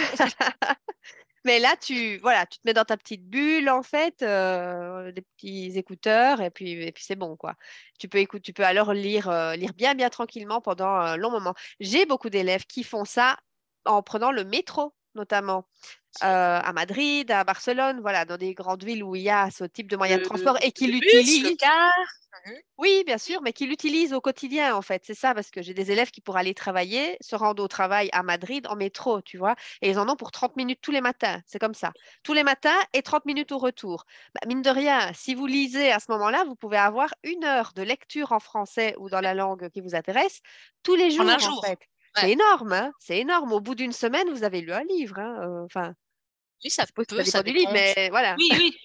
S1: Mais là, tu, voilà, tu te mets dans ta petite bulle, en fait, euh, des petits écouteurs, et puis, et puis c'est bon, quoi. Tu peux écouter, tu peux alors lire, euh, lire bien, bien tranquillement pendant un long moment. J'ai beaucoup d'élèves qui font ça en prenant le métro, notamment euh, à Madrid, à Barcelone, voilà, dans des grandes villes où il y a ce type de moyens de
S2: Le,
S1: transport et qui
S2: le bus, le
S1: l'utilisent.
S2: car. Mhm.
S1: Oui, bien sûr, mais qui l'utilisent au quotidien, en fait. C'est ça, parce que j'ai des élèves qui, pour aller travailler, se rendent au travail à Madrid en métro, tu vois, et ils en ont pour trente minutes tous les matins. C'est comme ça. Tous les matins et trente minutes au retour. Bah, mine de rien, si vous lisez à ce moment-là, vous pouvez avoir une heure de lecture en français ou dans la langue qui vous intéresse tous les
S2: En un
S1: jours, en
S2: jour.
S1: fait.
S2: Ouais.
S1: C'est énorme, hein? C'est énorme. Au bout d'une semaine, vous avez lu un livre, hein. Euh, Enfin,
S2: Oui, ça
S1: c'est possible, ça
S2: peut, ça
S1: dépend du livre,
S2: dépend.
S1: mais voilà,
S2: Oui, oui.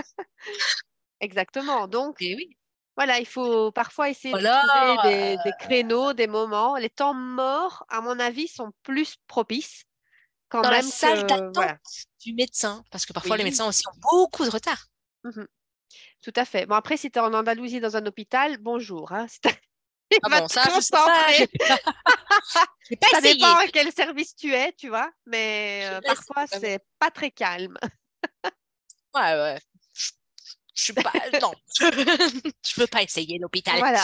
S1: exactement. Donc,
S2: Et oui.
S1: voilà, il faut parfois
S2: Ou
S1: essayer de trouver
S2: alors,
S1: des,
S2: euh,
S1: des créneaux, des moments. Les temps morts, à mon avis, sont plus propices quand
S2: dans la
S1: même
S2: salle
S1: que...
S2: d'attente
S1: Voilà.
S2: du médecin, parce que parfois les
S1: Oui,
S2: médecins aussi ont beaucoup de retard.
S1: mhm, tout à fait. Bon, après, si tu es en Andalousie dans un hôpital, bonjour, hein, si t'arrives
S2: Ah
S1: à
S2: bon,
S1: te
S2: ça, je sais pas, j'ai
S1: concentrer.
S2: pas, j'ai pas
S1: Ça dépend
S2: essayé.
S1: à quel service tu es, tu vois, mais
S2: J'ai
S1: euh,
S2: pas essayé,
S1: parfois,
S2: vraiment.
S1: c'est pas très calme.
S2: Ouais, ouais. Je je suis pas, non. Je veux pas essayer l'hôpital.
S1: Voilà.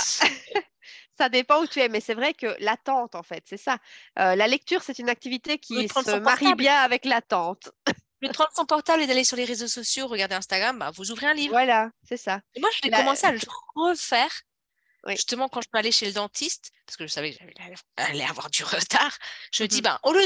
S1: Ça dépend où tu es, mais c'est vrai que l'attente, en fait, c'est ça. Euh, la lecture, c'est une activité
S2: Au lieu
S1: qui
S2: de prendre
S1: se
S2: son
S1: marie
S2: portable,
S1: bien avec l'attente.
S2: au lieu de prendre son portable et d'aller sur les réseaux sociaux, regarder Instagram, bah, vous ouvrez un livre.
S1: Voilà, c'est ça.
S2: Et moi, je vais
S1: La-
S2: commencer à le refaire,
S1: Oui.
S2: justement, quand je peux aller chez le dentiste, parce que je savais que j'allais allais avoir du retard. Je me dis,
S1: Mhm.
S2: ben, au lieu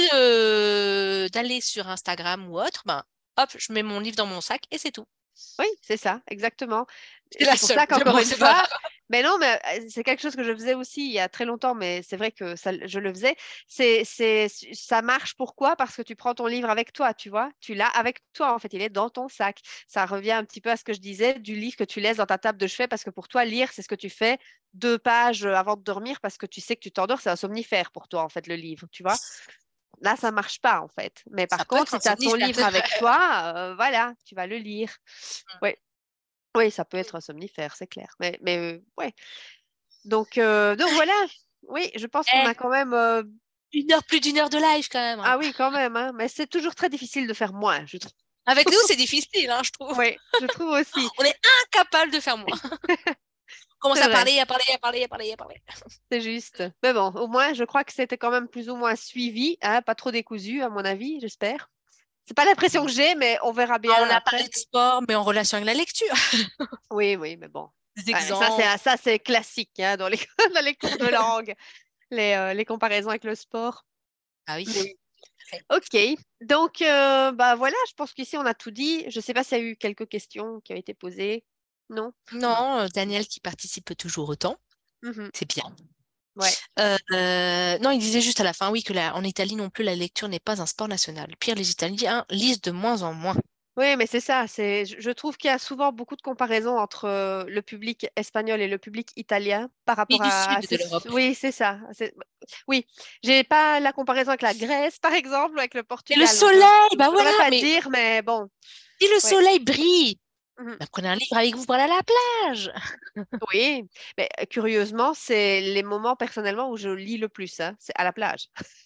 S2: de- d'aller sur Instagram ou autre, ben, hop, je mets mon livre dans mon sac et c'est tout.
S1: Oui, c'est ça, exactement.
S2: C'est
S1: Et
S2: la
S1: c'est pour
S2: seule.
S1: ça qu'encore
S2: Bon,
S1: une
S2: c'est pas
S1: fois,
S2: grave.
S1: mais non, mais euh, c'est quelque chose que je faisais aussi il y a très longtemps, mais c'est vrai que ça, je le faisais. C'est, c'est, ça marche pourquoi? Parce que tu prends ton livre avec toi, tu vois. Tu l'as avec toi, en fait, il est dans ton sac. Ça revient un petit peu à ce que je disais du livre que tu laisses dans ta table de chevet, parce que pour toi, lire, c'est ce que tu fais deux pages avant de dormir, parce que tu sais que tu t'endors, c'est un somnifère pour toi, en fait, le livre, tu vois. Là, ça marche pas, en fait. Mais
S2: Ça
S1: par
S2: peut
S1: contre,
S2: être
S1: si
S2: un
S1: tu as ton
S2: somnifère.
S1: livre avec toi, euh, voilà, tu vas le lire. Oui. Oui, ça peut être un somnifère, c'est clair. Mais, mais euh, ouais. Donc, euh, donc voilà. Oui, je pense qu'on
S2: Eh,
S1: a quand même. euh,
S2: une heure, plus d'une heure de live quand même, hein.
S1: Ah oui, quand même, hein. Mais c'est toujours très difficile de faire moins, je trouve.
S2: Avec nous, c'est difficile, hein, je trouve.
S1: Oui, je trouve aussi.
S2: On est incapable de faire moins. On commence
S1: C'est
S2: à
S1: vrai,
S2: parler, à parler, à parler, à parler, à parler.
S1: c'est juste. Mais bon, au moins, je crois que c'était quand même plus ou moins suivi, hein, pas trop décousu, à mon avis, j'espère. C'est pas l'impression que j'ai, mais on verra
S2: Ah,
S1: bien
S2: on a
S1: après.
S2: parlé de sport, mais en relation avec la lecture.
S1: Oui, oui, mais bon.
S2: Des
S1: Ouais, ça, c'est
S2: exemples.
S1: ça, c'est classique, hein, dans les, dans les cours de langue, les, euh, les comparaisons avec le sport.
S2: Ah oui.
S1: Mais ok, donc euh, bah voilà, je pense qu'ici on a tout dit. Je ne sais pas s'il y a eu quelques questions qui ont été posées. Non?
S2: Non, euh, Daniel qui participe toujours autant,
S1: Mhm.
S2: c'est bien.
S1: Ouais.
S2: Euh, euh, non, il disait juste à la fin, oui, que la- en Italie non plus, la lecture n'est pas un sport national. Pire, les Italiens lisent de moins en moins.
S1: Oui, mais c'est ça, c'est je je trouve qu'il y a souvent beaucoup de comparaisons entre, heu, le public espagnol et le public italien par
S2: Pays
S1: rapport
S2: du
S1: à
S2: sud
S1: à
S2: de
S1: ces s
S2: l'Europe.
S1: oui, c'est ça, c'est b oui, j'ai pas la comparaison avec la Grèce, par exemple, ou avec le
S2: Et le
S1: Portugal, donc je
S2: soleil, bah
S1: je saurais
S2: voilà,
S1: pas
S2: mais
S1: dire, mais bon,
S2: si le
S1: ouais.
S2: soleil brille,
S1: Mmh.
S2: bah, prenez un livre avec vous pour aller à la plage.
S1: Oui, mais heu, curieusement, c'est les moments personnellement où je lis le plus, hein, c'est à la plage.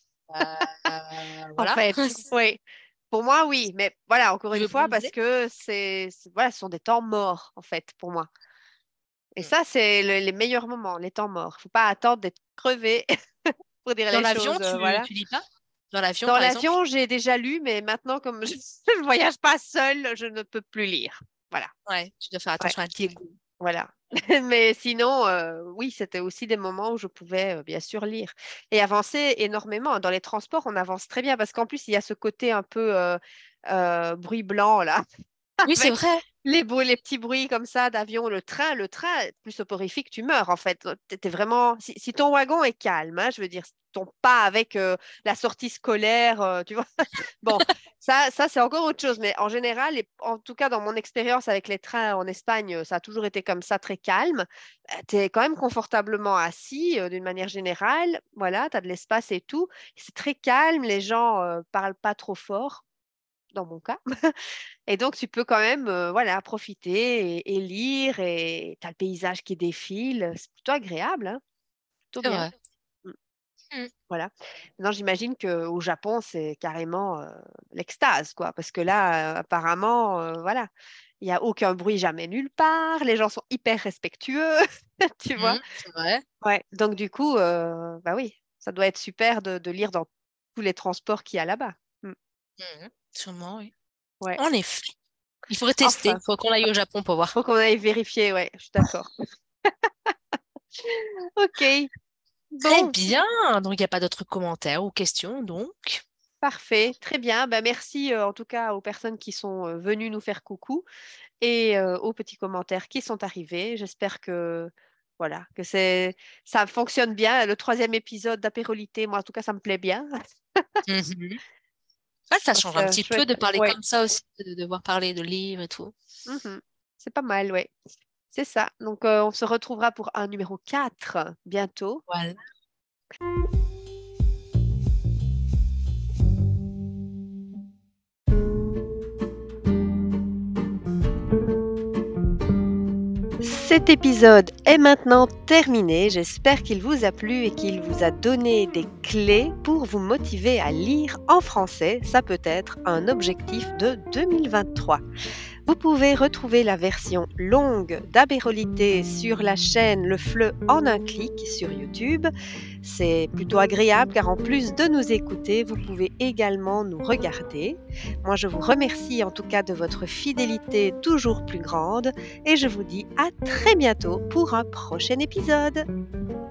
S2: Bah,
S1: En
S2: voilà.
S1: fait, oui. Pour moi, oui, mais voilà, encore
S2: Tu
S1: une
S2: veux
S1: fois, parce
S2: bronzer?
S1: que c'est c'est voilà, ce sont des temps morts, en fait, pour moi. Et
S2: Mm.
S1: ça, c'est le les meilleurs moments, les temps morts. Faut pas attendre d'être crevé pour dire
S2: Dans
S1: les
S2: l'avion,
S1: choses, heu,
S2: tu,
S1: voilà.
S2: tu lis pas? Dans l'avion,
S1: Dans
S2: par exemple?
S1: l'avion, j'ai déjà lu, mais maintenant, comme je je ne voyage pas seule, je ne peux plus lire. Voilà,
S2: Ouais, tu dois faire
S1: ouais,
S2: attention à tes goûts.
S1: voilà. Mais sinon, heu, oui, c'était aussi des moments où je pouvais, heu, bien sûr lire et avancer énormément. Dans les transports, on avance très bien parce qu'en plus, il y a ce côté un peu, heu heu, bruit blanc là.
S2: Oui, c'est
S1: Avec
S2: vrai.
S1: les bruits, les petits bruits comme ça d'avion, le train le train, plus soporifique, tu meurs en fait. Tu étais vraiment si si ton wagon est calme, hein, je veux dire, ton pas avec, heu, la sortie scolaire, heu, tu vois? Bon, ça ça c'est encore autre chose, mais en général et en tout cas dans mon expérience avec les trains en Espagne, heu, ça a toujours été comme ça, très calme. Bah, tu es quand même confortablement assis, heu, d'une manière générale. Voilà, tu as de l'espace et tout. C'est très calme, les gens, heu, parlent pas trop fort, dans mon cas. Et donc tu peux quand même, heu, voilà, profiter et et lire et tu as le paysage qui défile, c'est plutôt agréable, hein, plutôt
S2: C'est
S1: bien.
S2: vrai.
S1: Mmh,
S2: Mm.
S1: voilà. Maintenant j'imagine qu'au Japon, c'est carrément, heu, l'extase, quoi, parce que là, heu, apparemment, heu, voilà, il y a aucun bruit jamais nulle part, les gens sont hyper respectueux, tu vois?
S2: Mm, c'est vrai.
S1: Ouais, donc du coup, heu, bah, oui, ça doit être super de de lire dans tous les transports qu'il y a là-bas. Mmh,
S2: Mhm. Sûrement, oui.
S1: ouais.
S2: En effet. Il faudrait tester.
S1: Enfin,
S2: Il faut qu'on aille au Japon pour voir.
S1: faut qu'on aille vérifier, ouais, je suis d'accord. OK.
S2: Très
S1: Bon,
S2: bien. Donc, il n'y a pas d'autres commentaires ou questions, donc.
S1: parfait, très bien. Bah, merci, heu, en tout cas aux personnes qui sont, heu, venues nous faire coucou et heu, aux petits commentaires qui sont arrivés. J'espère que voilà, que c'est ça fonctionne bien. Le troisième épisode d'Apérolité, moi en tout cas ça me plaît bien.
S2: Mhm. Ah, ça
S1: Je trouve
S2: change un
S1: ça
S2: petit peu
S1: chouette.
S2: de parler
S1: Ouais.
S2: comme ça aussi, de devoir parler de livres et tout.
S1: Mmh. C'est pas mal, ouais. C'est ça. Donc heu, on se retrouvera pour un numéro quatre bientôt.
S2: Voilà.
S1: Cet épisode est maintenant terminé. J'espère qu'il vous a plu et qu'il vous a donné des clés pour vous motiver à lire en français. Ça peut être un objectif de deux mille vingt-trois. Vous pouvez retrouver la version longue d'Abérolité sur la chaîne Le Fleu en un clic sur YouTube. C'est plutôt agréable car en plus de nous écouter, vous pouvez également nous regarder. Moi, je vous remercie en tout cas de votre fidélité toujours plus grande et je vous dis à très bientôt pour un prochain épisode.